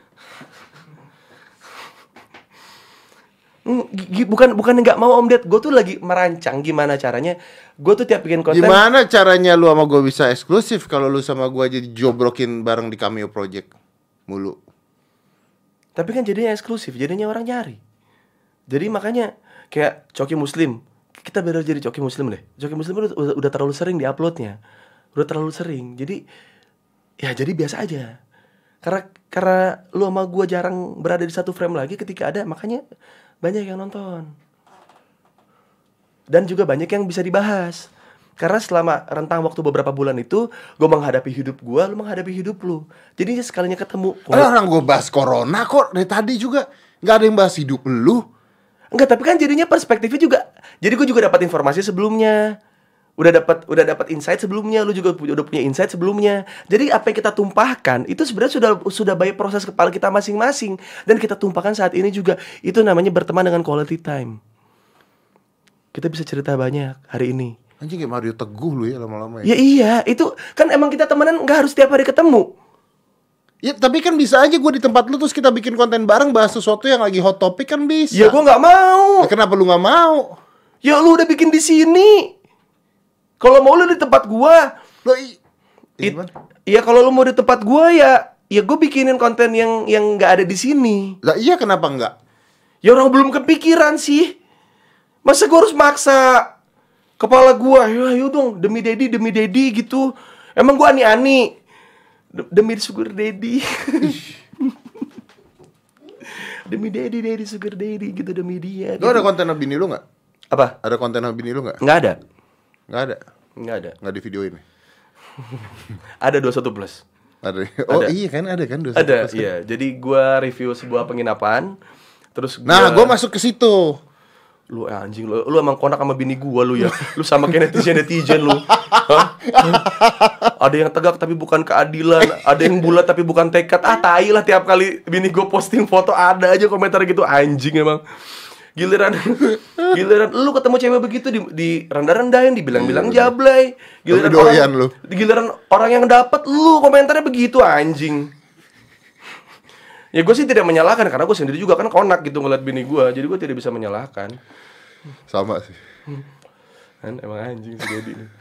S2: Bukan nggak mau Om Ded, gue tuh lagi merancang gimana caranya. Gue tuh tiap bikin konten.
S1: Gimana caranya lu sama gue bisa eksklusif kalau lu sama gue jadi jobrokin bareng di Cameo Project mulu?
S2: Tapi kan jadinya eksklusif, jadinya orang nyari. Jadi makanya kayak Coki Muslim, kita bener jadi Coki Muslim deh. Coki Muslim udah terlalu sering diuploadnya, udah terlalu sering. Jadi ya jadi biasa aja. Karena lu sama gue jarang berada di satu frame lagi, ketika ada makanya banyak yang nonton. Dan juga banyak yang bisa dibahas. Karena selama rentang waktu beberapa bulan itu, gue menghadapi hidup gue, lu menghadapi hidup lu. Jadi sekalinya ketemu.
S1: Orang gue bahas corona kok dari tadi juga nggak ada yang bahas hidup lu.
S2: Enggak, tapi kan jadinya perspektifnya juga. Jadi gue juga dapat informasi sebelumnya. Udah dapat insight sebelumnya, lu juga udah punya insight sebelumnya. Jadi apa yang kita tumpahkan itu sebenarnya sudah by proses kepala kita masing-masing, dan kita tumpahkan saat ini juga. Itu namanya berteman dengan quality time. Kita bisa cerita banyak hari ini.
S1: Anjing kayak Mario Teguh lu ya lama-lama ya.
S2: Ya iya, itu kan emang kita temenan nggak harus tiap hari ketemu.
S1: Ya tapi kan bisa aja gue di tempat lu terus kita bikin konten bareng bahas sesuatu yang lagi hot topic kan bisa.
S2: Ya gue nggak mau.
S1: Ya, kenapa lu nggak mau?
S2: Ya lu udah bikin di sini. Kalau mau lu di tempat gua.
S1: Lo
S2: Iya kalau lu mau di tempat gua ya gue bikinin konten yang nggak ada di sini.
S1: Lah iya kenapa enggak?
S2: Ya orang belum kepikiran sih. Masa gua harus maksa kepala gua? Ya ayo dong, demi Dedi gitu. Emang gua ani-ani demi sugar daddy. Demi Dedi sugar daddy gitu, demi dia.
S1: Lu ada konten sama bini lu nggak?
S2: Apa?
S1: Ada konten sama bini lu nggak?
S2: Nggak ada.
S1: Nggak ada. Nggak di videoin.
S2: Ada 21 plus.
S1: Ada. Oh
S2: Ada.
S1: iya kan ada kan 21
S2: Ada,
S1: plus kan?
S2: iya. Jadi gua review sebuah penginapan. Terus
S1: Nah, gue masuk ke situ.
S2: Lu anjing lu emang konak sama bini gua lu ya. Lu sama kayak netizen lu. Hah? Ada yang tegak tapi bukan keadilan, ada yang bulat tapi bukan tekad. Tai lah tiap kali bini gua posting foto ada aja komentar gitu, anjing emang. Giliran lu ketemu cewek begitu di rendah-rendahin, dibilang-bilang jablay. Giliran orang yang dapat lu komentarnya begitu, anjing. Ya gue sih tidak menyalahkan karena gue sendiri juga kan konak gitu ngeliat bini gue, jadi gue tidak bisa menyalahkan.
S1: Sama sih.
S2: Kan emang anjing si Dedi nih.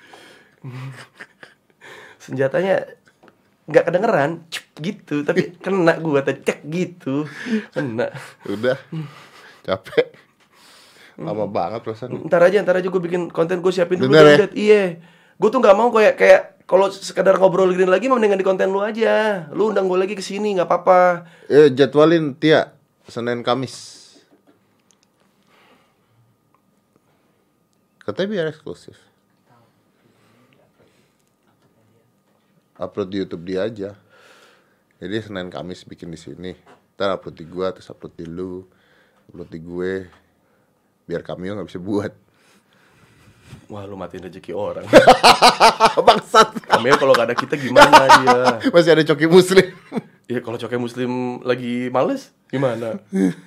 S2: Senjatanya nggak kedengeran, gitu, tapi kena gue cek gitu, kena.
S1: Udah, capek. Lama banget perasaan.
S2: Ntar aja gue bikin konten, gue siapin dulu.
S1: Bener ya?
S2: Iya, gue tuh nggak mau kayak kalau sekedar ngobrol gini lagi, mendingan di konten lu aja. Lu undang gue lagi ke sini, nggak apa-apa.
S1: Jadwalin Tia Senin Kamis. Katanya biar eksklusif. Upload di YouTube dia aja. Jadi Senin Kamis bikin di sini. Ntar upload di gua, terus upload di lu, upload di gue. Biar Cameo nggak bisa buat.
S2: Wah, lu matiin rezeki orang.
S1: Bangsat.
S2: Cameo kalau gak ada kita gimana dia?
S1: Masih ada Coki Muslim.
S2: Iya, kalau Coki Muslim lagi males gimana?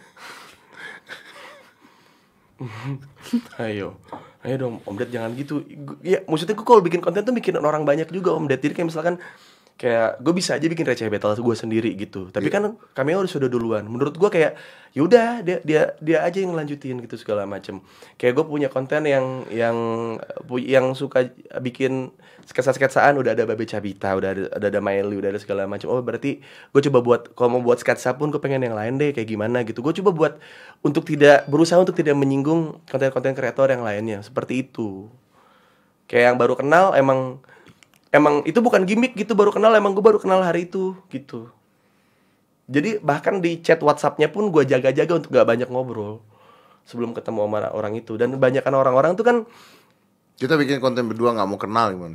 S2: Ayo dong Om Ded, jangan gitu. Ya maksudnya gue kalau bikin konten tuh bikin orang banyak juga Om Ded. Jadi kayak misalkan kayak gue bisa aja bikin receh battle gue sendiri gitu. Tapi kan Cameo udah sudah duluan. Menurut gue kayak yaudah dia aja yang lanjutin gitu segala macem. Kayak gue punya konten yang suka bikin sketsa-sketsaan, udah ada Babe Cabita, udah ada Miley, udah ada segala macam. Oh berarti gue coba buat, kalau mau buat sketsa pun gue pengen yang lain deh, kayak gimana gitu. Gue coba buat berusaha untuk tidak menyinggung konten-konten kreator yang lainnya, seperti itu. Kayak yang baru kenal emang itu bukan gimmick gitu, baru kenal emang gue baru kenal hari itu gitu. Jadi bahkan di chat WhatsApp-nya pun gue jaga-jaga untuk gak banyak ngobrol sebelum ketemu sama orang itu. Dan kebanyakan orang-orang tuh kan
S1: kita bikin konten berdua gak mau kenal gimana.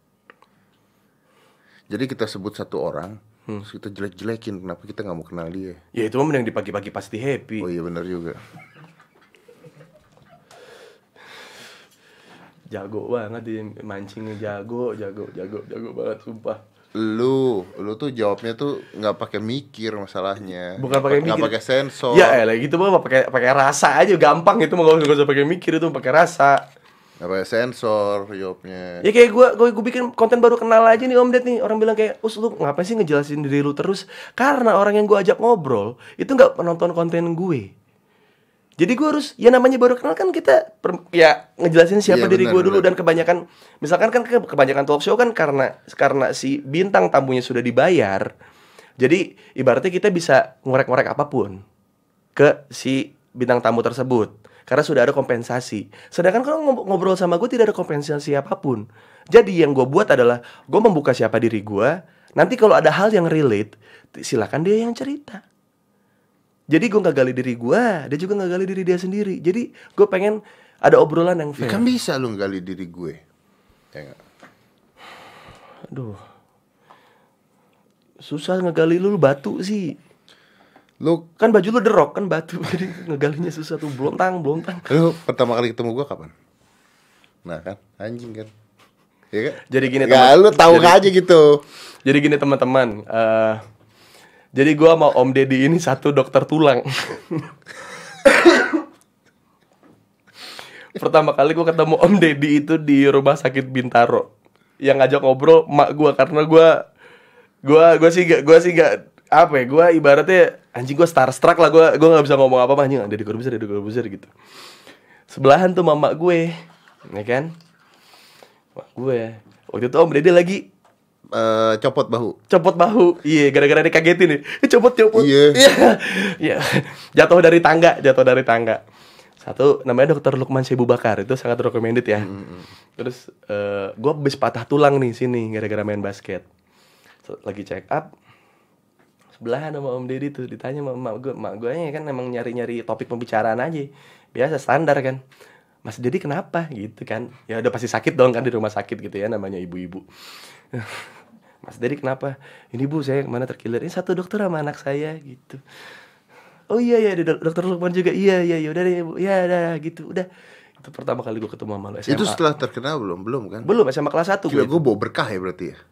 S1: Jadi kita sebut satu orang, terus kita jelek-jelekin kenapa kita gak mau kenal dia.
S2: Ya itu mah yang di pagi-pagi pasti happy.
S1: Oh iya benar juga.
S2: Jago banget dia mancingnya, jago banget sumpah.
S1: Lu tuh jawabnya tuh nggak pakai mikir masalahnya.
S2: Bukan pakai mikir,
S1: nggak pakai sensor.
S2: Ya gitu mah pakai rasa aja, gampang itu mah, gak usah pakai mikir, itu pakai rasa.
S1: Nggak pakai sensor jawabnya.
S2: Ya kayak gue bikin konten baru kenal aja nih Om Ded nih, orang bilang kayak, lu ngapain sih ngejelasin diri lu terus? Karena orang yang gue ajak ngobrol itu nggak penonton konten gue. Jadi gue harus, ya namanya baru kenal kan kita ngejelasin siapa diri gue dulu. Dan kebanyakan, misalkan kan kebanyakan talk show kan karena si bintang tamunya sudah dibayar. Jadi ibaratnya kita bisa ngorek-ngorek apapun ke si bintang tamu tersebut karena sudah ada kompensasi. Sedangkan kalau ngobrol sama gue tidak ada kompensasi apapun. Jadi yang gue buat adalah gue membuka siapa diri gue. Nanti kalau ada hal yang relate, silakan dia yang cerita. Jadi gue gak gali diri gue, dia juga gak gali diri dia sendiri. Jadi gue pengen ada obrolan yang fair.
S1: Ya kan bisa lu gali diri gue. Ya gak?
S2: Aduh, susah ngegali lu batu sih.
S1: Lu
S2: kan baju lu The Rock kan batu. Jadi ngegalinya susah tuh, blontang.
S1: Lu pertama kali ketemu gue kapan? Nah kan, anjing kan. Ya kan?
S2: Jadi gini
S1: teman. Lu tahu aja gitu.
S2: Jadi gini teman-teman, jadi gue sama Om Deddy ini satu dokter tulang. Pertama kali gue ketemu Om Deddy itu di rumah sakit Bintaro. Yang ngajak ngobrol mak gue, karena gue sih gak apa ya, gue ibaratnya anjing, gue starstruck lah, gue nggak bisa ngomong apa-apa, anjing Deddy Corbuzier gitu. Sebelahan tuh mama gue, ya kan? Mak gue waktu itu Om Deddy lagi
S1: copot bahu.
S2: Iya, gara-gara dikagetin nih. Copot. Iya. Jatuh dari tangga. Satu namanya Dr. Lukman Sebu Bakar, itu sangat recommended ya. Terus gue habis patah tulang nih sini gara-gara main basket. Lagi check up. Sebelahan sama Om Deddy tuh, ditanya sama mak gue kan emang nyari-nyari topik pembicaraan aja. Biasa standar kan. Mas Deddy kenapa gitu kan? Ya udah pasti sakit dong kan, di rumah sakit gitu ya, namanya ibu-ibu. Mas Deddy kenapa? Ini bu, saya kemana terkilir. Ini satu dokter sama anak saya gitu. Oh iya ya, ada dokter Lukman juga. Iya udah deh Bu. Ya udah gitu. Udah. Itu pertama kali gue ketemu sama lu SMA.
S1: Itu setelah terkenal belum kan?
S2: Belum, SMA kelas 1
S1: Gila,
S2: gue.
S1: gue bawa berkah ya berarti ya.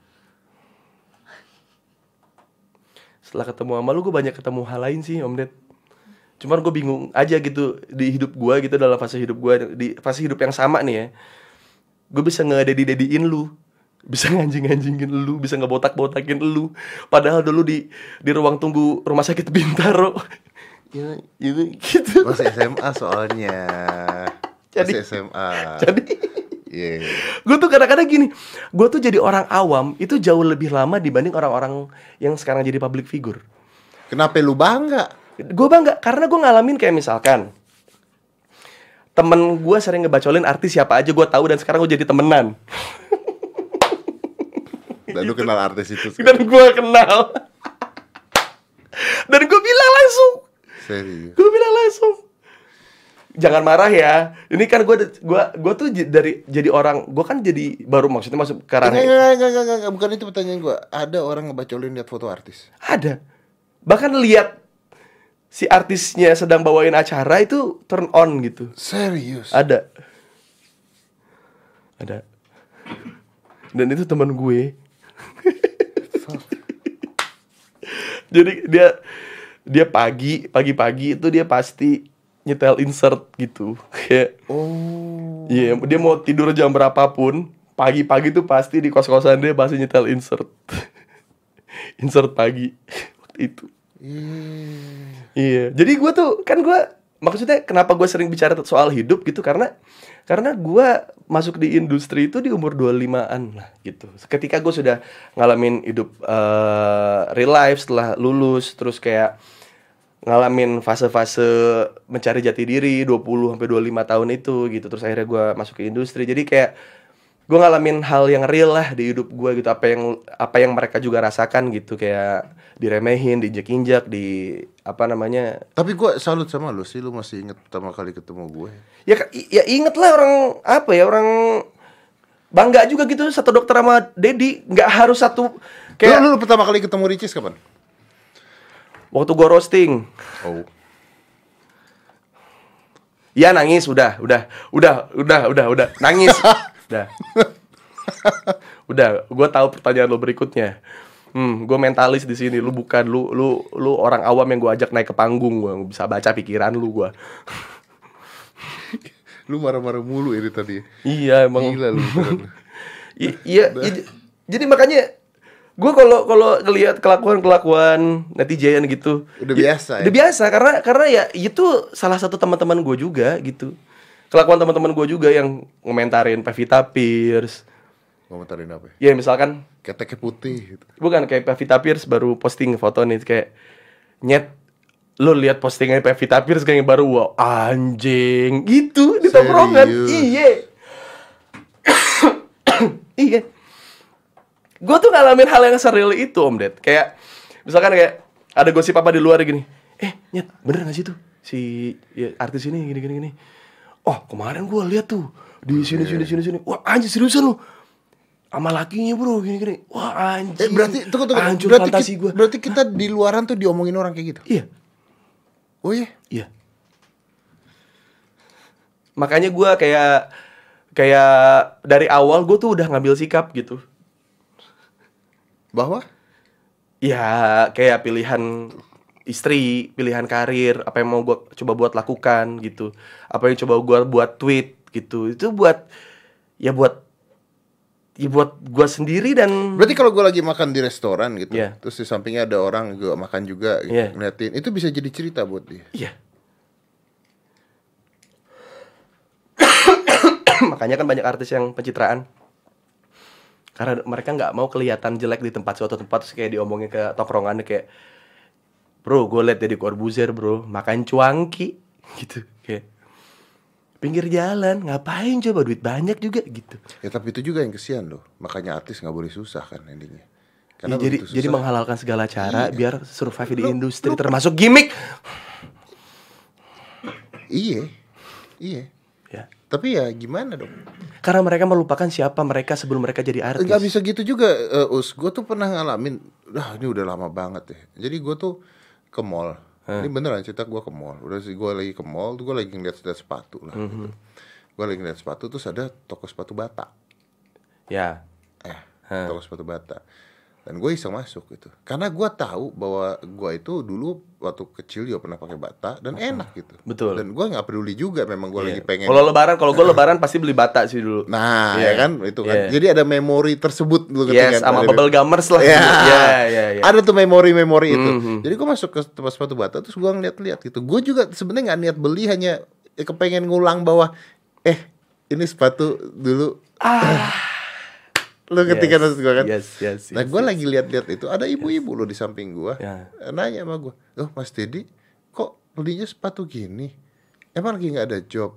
S2: Setelah ketemu sama lu gue banyak ketemu hal lain sih Om Ded. Cuman gue bingung aja gitu di hidup gue gitu, dalam fase hidup gue, di fase hidup yang sama nih ya. Gue bisa ngededi-dediin lu, bisa nganjing-nganjingin lu, bisa ngebotak-botakin lu. Padahal dulu di ruang tunggu rumah sakit Bintaro. Ya, gitu.
S1: Masih SMA soalnya.
S2: Jadi-
S1: Masih SMA.
S2: Jadi
S1: Iya.
S2: gue tuh kadang-kadang gini, gue tuh jadi orang awam itu jauh lebih lama dibanding orang-orang yang sekarang jadi public figure.
S1: Kenapa lu bangga?
S2: Gue bangga karena gue ngalamin kayak misalkan temen gue sering ngebacolin artis siapa aja gue tahu, dan sekarang gue jadi temenan.
S1: Dan lu kenal artis itu
S2: Dan gue kenal. Dan gue bilang langsung,
S1: serius.
S2: gue bilang langsung, jangan marah ya. Ini kan gue tuh dari jadi orang, gue kan jadi baru maksudnya masuk ke ranah.
S1: Enggak, bukan itu pertanyaan gua. Ada orang ngebacolin lihat foto artis.
S2: Ada. Bahkan lihat si artisnya sedang bawain acara itu turn on gitu.
S1: Serius.
S2: Ada. Dan itu teman gue. Jadi dia pagi-pagi itu dia pasti nyetel insert gitu. Kayak
S1: Oh.
S2: iya, dia mau tidur jam berapapun, pagi-pagi tuh pasti di kos-kosan dia pasti nyetel insert. Insert pagi waktu itu. Iya. Jadi gue tuh kan maksudnya kenapa gue sering bicara soal hidup gitu, karena gue masuk di industri itu di umur 25-an lah gitu. Ketika gue sudah ngalamin hidup real life setelah lulus, terus kayak ngalamin fase-fase mencari jati diri 20 sampai 25 tahun itu gitu. Terus akhirnya gue masuk ke industri. Jadi kayak gue ngalamin hal yang real lah di hidup gue gitu, apa yang mereka juga rasakan gitu, kayak diremehin, diinjak-injak,
S1: Tapi gua salut sama lu sih, lu masih inget pertama kali ketemu gue.
S2: Ya inget lah, orang bangga juga gitu, satu dokter sama Dedi, nggak harus satu kayak
S1: Lu pertama kali ketemu Ricis kapan?
S2: waktu gue roasting.
S1: Oh.
S2: Ya nangis, udah nangis. Udah, gue tahu pertanyaan lo berikutnya. Gue mentalis di sini, lu bukan lu orang awam yang gue ajak naik ke panggung, gue bisa baca pikiran lu gue.
S1: Lu marah-marah mulu ini tadi.
S2: Iya emang.
S1: Gila lu.
S2: Iya, jadi makanya gue kalau ngelihat kelakuan netizen gitu,
S1: Udah biasa ya?
S2: Udah biasa karena ya itu salah satu teman-teman gue juga gitu. Kelakuan teman-teman gue juga yang ngomentarin Pevita Pierce.
S1: Komentarin apa?
S2: Ya misalkan
S1: Keteknya putih gitu.
S2: bukan kayak Pevita Pierce baru posting foto nih kayak nyet, lu lihat postingan Pevita Pierce kayak baru, wow anjing gitu di tongkrongan. Iya. Gue tuh ngalamin hal yang seril itu Om Ded. Kayak misalkan kayak ada gosip apa di luar gini, nyet bener gak sih tuh si ya, artis ini gini. Oh kemarin gue lihat tuh di sini. Wah anjing seriusan lu sama lakinya bro gini. Wah anjing.
S1: Berarti tunggu.
S2: Hancur fantasi gue.
S1: Berarti kita di luaran tuh diomongin orang kayak gitu.
S2: Iya.
S1: Oh iya.
S2: Iya. Makanya gue kayak dari awal gue tuh udah ngambil sikap gitu.
S1: Bahwa?
S2: Ya kayak pilihan istri, pilihan karir, apa yang mau gue coba buat lakukan gitu, apa yang coba gue buat tweet gitu, itu buat gue sendiri. Dan
S1: Berarti kalau gue lagi makan di restoran gitu,
S2: Iya.
S1: terus di sampingnya ada orang juga makan juga gitu,
S2: Iya.
S1: ngeliatin, itu bisa jadi cerita buat dia.
S2: iya. Makanya kan banyak artis yang pencitraan karena mereka nggak mau kelihatan jelek di suatu tempat, terus kayak diomongin ke tongkrongannya kayak, bro gue liat Deddy Corbuzier bro makan cuanki gitu, kayak pinggir jalan ngapain coba, duit banyak juga gitu.
S1: Ya tapi itu juga yang kesian loh, makanya artis nggak boleh susah kan endingnya.
S2: Ya,
S1: begitu
S2: jadi
S1: susah,
S2: menghalalkan segala cara
S1: Iya.
S2: biar survive di industri, termasuk gimmick.
S1: Iya.
S2: Ya.
S1: Tapi ya gimana dong?
S2: Karena mereka melupakan siapa mereka sebelum mereka jadi artis.
S1: Nggak bisa gitu juga, Us. Gue tuh pernah ngalamin, ini udah lama banget ya. Jadi gue tuh ke mall, Ini beneran cerita, gue ke mall. Udah sih, gue lagi ke mall tuh, gue lagi ngeliat sepatu lah gitu. Gue lagi ngeliat sepatu, terus ada toko sepatu bata.
S2: Ya.
S1: Toko sepatu bata. Dan gue iseng masuk gitu. Karena gue tahu bahwa gue itu dulu waktu kecil juga pernah pakai bata dan enak gitu.
S2: Betul.
S1: Dan gue nggak peduli juga, memang gue lagi pengen.
S2: Kalau gue lebaran pasti beli bata sih dulu.
S1: Nah, ya kan itu kan. Jadi ada memori tersebut dulu ketika
S2: sama bubble gummers lah.
S1: Ya.
S2: Ya.
S1: Ada tuh memori-memori itu. Jadi gue masuk ke tempat sepatu bata, terus gue ngeliat-liat gitu. Gue juga sebenarnya nggak niat beli, hanya kepengen ngulang bahwa ini sepatu dulu. Lu ketika maksud gue kan. Nah, gue lagi lihat-lihat itu, ada ibu-ibu lo di samping gue. Nanya sama gue, Mas Dedi, kok belinya sepatu gini? Emang lagi nggak ada job?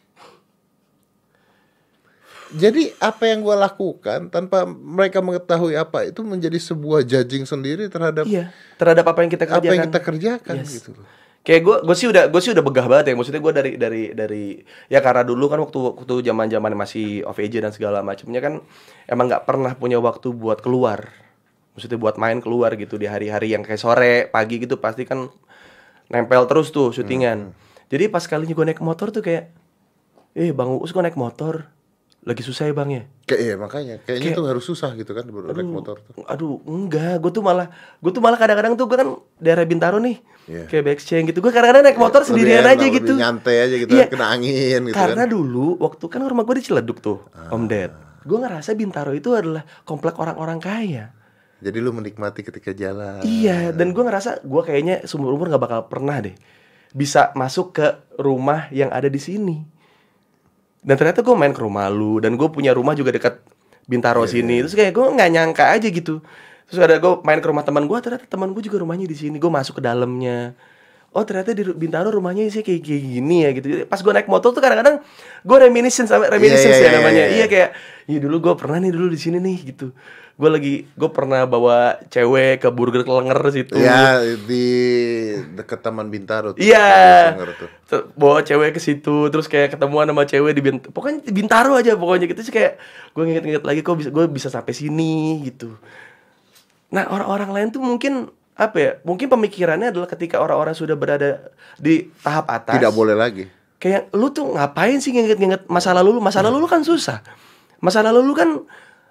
S1: Jadi apa yang gue lakukan tanpa mereka mengetahui apa itu menjadi sebuah judging sendiri terhadap
S2: apa yang kita kerjakan.
S1: Apa yang kita kerjakan gitu loh.
S2: Kayak gue sih udah begah banget ya. Maksudnya gue dari ya karena dulu kan waktu zaman masih off age dan segala macamnya kan emang nggak pernah punya waktu buat keluar. Maksudnya buat main keluar gitu di hari-hari yang kayak sore pagi gitu pasti kan nempel terus tuh syutingan. Jadi pas kalinya gue naik motor tuh kayak Bang Uus kok naik motor lagi susah ya bang ya?
S1: Makanya kayaknya tuh harus susah gitu kan naik motor tuh.
S2: Aduh enggak, gue tuh malah kadang-kadang tuh gue kan daerah Bintaro nih, kayak backstreet gitu. Gue kadang-kadang naik motor sendirian aja gitu.
S1: Lebih nyantai aja gitu, kena angin gitu.
S2: Karena dulu waktu kan rumah gue di Ciledug tuh, Om Ded. Gue ngerasa Bintaro itu adalah komplek orang-orang kaya.
S1: Jadi lu menikmati ketika jalan.
S2: Iya, dan gue ngerasa gue kayaknya seumur umur nggak bakal pernah deh bisa masuk ke rumah yang ada di sini. Dan ternyata gue main ke rumah lu, dan gue punya rumah juga dekat Bintaro sini. Terus kayak gue nggak nyangka aja gitu. Terus ada gue main ke rumah teman gue, ternyata teman gue juga rumahnya di sini. Gue masuk ke dalamnya. Oh ternyata di Bintaro rumahnya sih kayak gini ya gitu. Pas gue naik motor tuh kadang-kadang gue reminiscence namanya. Iya kayak, dulu gue pernah nih dulu di sini nih gitu. Gue pernah bawa cewek ke Burger Klenger situ.
S1: Iya, di dekat Taman Bintaro tuh.
S2: Iya. Bawa cewek ke situ, terus kayak ketemuan sama cewek di pokoknya di Bintaro aja pokoknya gitu sih, kayak gue nginget-nginget lagi kok gue bisa sampai sini gitu. Nah, orang-orang lain tuh mungkin apa ya? Mungkin pemikirannya adalah ketika orang-orang sudah berada di tahap atas,
S1: tidak boleh lagi.
S2: Kayak lu tuh ngapain sih nginget-nginget masa lalu lu? Masa lalu lu kan susah. Masa lalu lu kan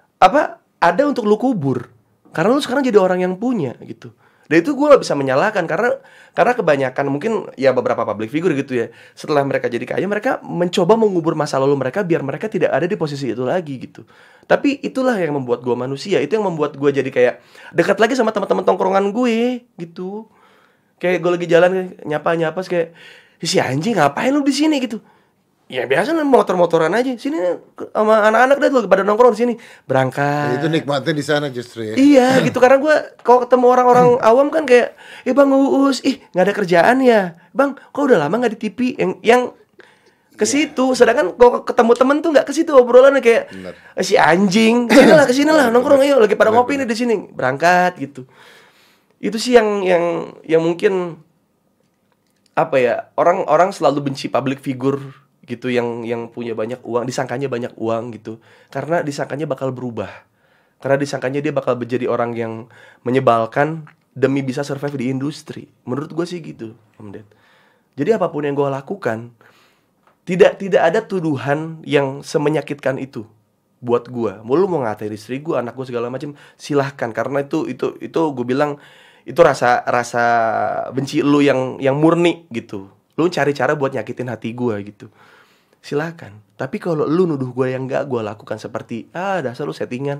S2: ada untuk lu kubur. Karena lu sekarang jadi orang yang punya gitu. Dan itu gue gak bisa menyalahkan karena kebanyakan mungkin ya beberapa public figure gitu ya, setelah mereka jadi kaya mereka mencoba mengubur masa lalu mereka biar mereka tidak ada di posisi itu lagi gitu. Tapi itulah yang membuat gue manusia. Itu yang membuat gue jadi kayak dekat lagi sama teman-teman tongkrongan gue gitu. Kayak gue lagi jalan nyapa kayak, si anjing ngapain lu di sini gitu. Ya biasa motor-motoran aja. Sini sama anak-anak deh lu pada nongkrong di sini. Berangkat.
S1: Itu nikmatnya di sana justru ya.
S2: Iya gitu, karena gue kalau ketemu orang-orang awam kan kayak, Bang Uus, nggak ada kerjaan ya, Bang, kok udah lama nggak di TV yang ke situ. Sedangkan kalau ketemu temen tuh nggak ke situ obrolannya kayak, si anjing, kesini lah nongkrong ayo, lagi pada ngopi nih di sini, berangkat gitu. Itu sih yang mungkin apa ya, orang selalu benci public figure gitu yang punya banyak uang, disangkanya banyak uang gitu, karena disangkanya bakal berubah, karena disangkanya dia bakal menjadi orang yang menyebalkan demi bisa survive di industri. Menurut gue sih gitu, Om Ded. Jadi apapun yang gue lakukan, tidak ada tuduhan yang semenyakitkan itu buat gue. Mau lu mau ngatain istri gue, anak gue segala macam, silahkan, karena itu gue bilang itu rasa benci lu yang murni gitu. Lu cari cara buat nyakitin hati gue gitu, silakan. Tapi kalau lu nuduh gue yang gak gue lakukan seperti dasar lu settingan,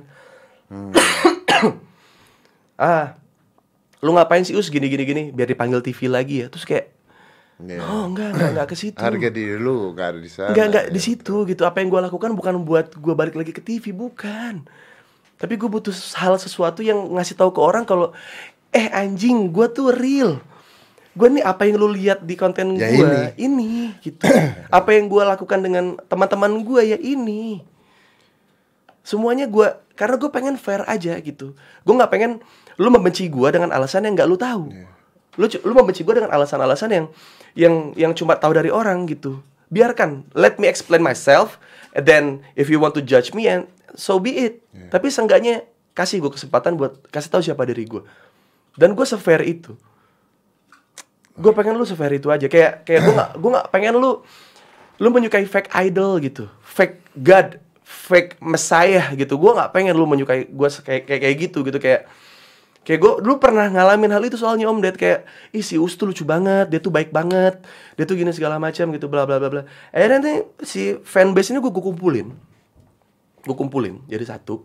S2: lu ngapain sih Us gini biar dipanggil TV lagi ya. Terus kayak enggak ke situ.
S1: Harga diri lu gak ada di sana.
S2: Enggak di situ gitu. Apa yang gue lakukan bukan buat gue balik lagi ke TV, bukan. Tapi gue butuh sesuatu yang ngasih tahu ke orang kalau anjing, gue tuh real. Gue nih apa yang lu lihat di konten gue ini gitu. Apa yang gue lakukan dengan teman-teman gue ya ini. Semuanya gue, karena gue pengen fair aja gitu. Gue nggak pengen lu membenci gue dengan alasan yang nggak lu tahu. Lu membenci gue dengan alasan-alasan yang cuma tahu dari orang gitu. Biarkan, let me explain myself, and then if you want to judge me, and so be it. Tapi seenggaknya kasih gue kesempatan buat kasih tahu siapa diri gue. Dan gue se-fair itu. Gue pengen lu se-fair itu aja. Kayak gue nggak pengen lu menyukai fake idol gitu, fake god, fake messiah gitu. Gue nggak pengen lu menyukai gue kayak gitu kayak gue dulu pernah ngalamin hal itu soalnya Om Ded, kayak ih si Us tuh lucu banget, dia tuh baik banget, dia tuh gini segala macam gitu, bla bla bla bla. Akhirnya nanti si fanbase ini gue kumpulin jadi satu.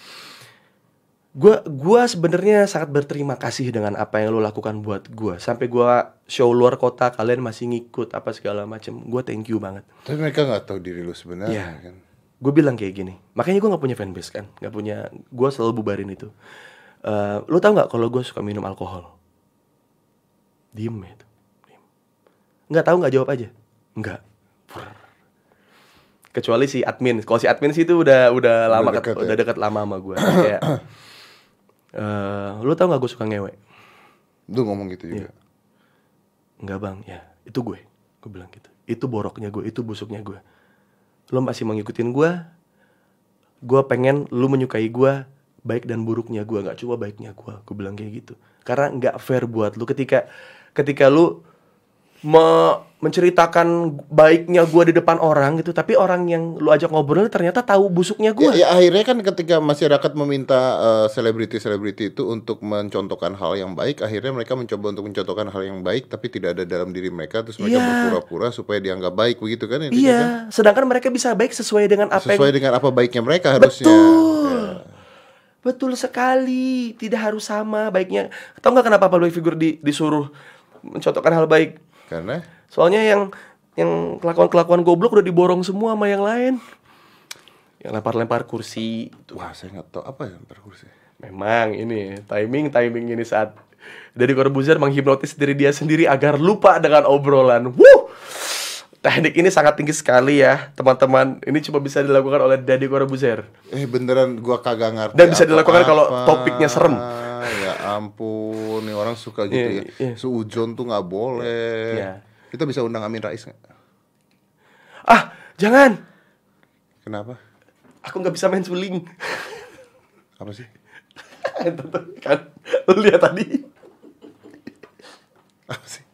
S2: Gue sebenarnya sangat berterima kasih dengan apa yang lo lakukan buat gue. Sampai gue show luar kota kalian masih ngikut apa segala macam. Gue thank you banget.
S1: Tapi mereka nggak tahu diri lo sebenarnya
S2: Ya,
S1: kan.
S2: gue bilang kayak gini. Makanya gue nggak punya fanbase kan, nggak punya. Gue selalu bubarin itu. Lo tau nggak kalau gue suka minum alkohol? Diem ya itu. Nggak tahu, nggak jawab aja. Nggak. Kecuali si admin. Kalau si admin sih itu udah lama
S1: dekat,
S2: udah dekat lama sama gue. Kayak lu tau gak gue suka ngewe?
S1: Lu ngomong gitu juga.
S2: Enggak bang, ya itu gue bilang gitu. Itu boroknya gue, itu busuknya gue. Lu masih mau ngikutin gue pengen lu menyukai gue, baik dan buruknya gue, gak cuma baiknya gue bilang kayak gitu. Karena gak fair buat lu ketika lu menceritakan baiknya gue di depan orang gitu, tapi orang yang lu ajak ngobrol ternyata tahu busuknya gue.
S1: Ya akhirnya kan ketika masyarakat meminta selebriti-selebriti itu untuk mencontohkan hal yang baik, akhirnya mereka mencoba untuk mencontohkan hal yang baik tapi tidak ada dalam diri mereka, terus mereka berpura-pura supaya dianggap baik begitu kan?
S2: Iya,
S1: kan?
S2: sedangkan mereka bisa baik sesuai dengan
S1: apa baiknya mereka harusnya.
S2: Betul. Betul sekali, tidak harus sama baiknya. Tahu nggak kenapa public figure disuruh mencontohkan hal baik?
S1: Karena
S2: soalnya yang kelakuan goblok udah diborong semua sama yang lain. Yang lempar-lempar kursi.
S1: Wah, saya nggak tahu apa yang lempar kursi.
S2: Memang ini timing ini saat Deddy Corbuzier menghipnotis diri dia sendiri agar lupa dengan obrolan. Teknik ini sangat tinggi sekali ya, teman-teman. Ini cuma bisa dilakukan oleh Deddy Corbuzier.
S1: Beneran gua kagak ngerti.
S2: Dan bisa dilakukan kalau topiknya serem.
S1: Ya ampun, nih orang suka gitu ya. Suujon tuh nggak boleh. Kita bisa undang Amin Rais nggak?
S2: Ah, jangan.
S1: Kenapa?
S2: Aku nggak bisa main suling.
S1: Apa sih?
S2: Kan, lu lihat tadi.
S1: Apa sih?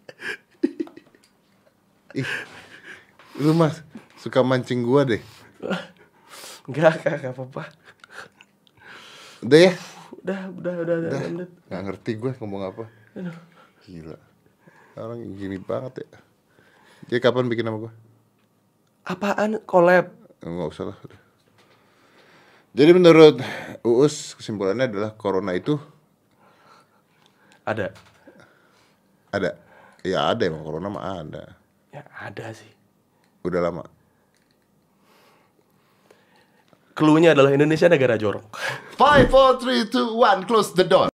S1: Ih, lu mas suka mancing gua deh.
S2: Enggak apa-apa.
S1: Udah ya?
S2: Udah.
S1: Nggak ngerti gue ngomong apa. Gila. Orang gini banget ya. Jadi kapan bikin sama gue?
S2: Apaan? Collab?
S1: Nggak usah lah. Jadi menurut Uus kesimpulannya adalah corona itu
S2: ada.
S1: Ya ada, emang corona mah ada.
S2: Ya ada sih.
S1: Udah lama.
S2: Cluenya adalah Indonesia negara jorok.
S1: 5, 4, 3, 2, 1, close the door.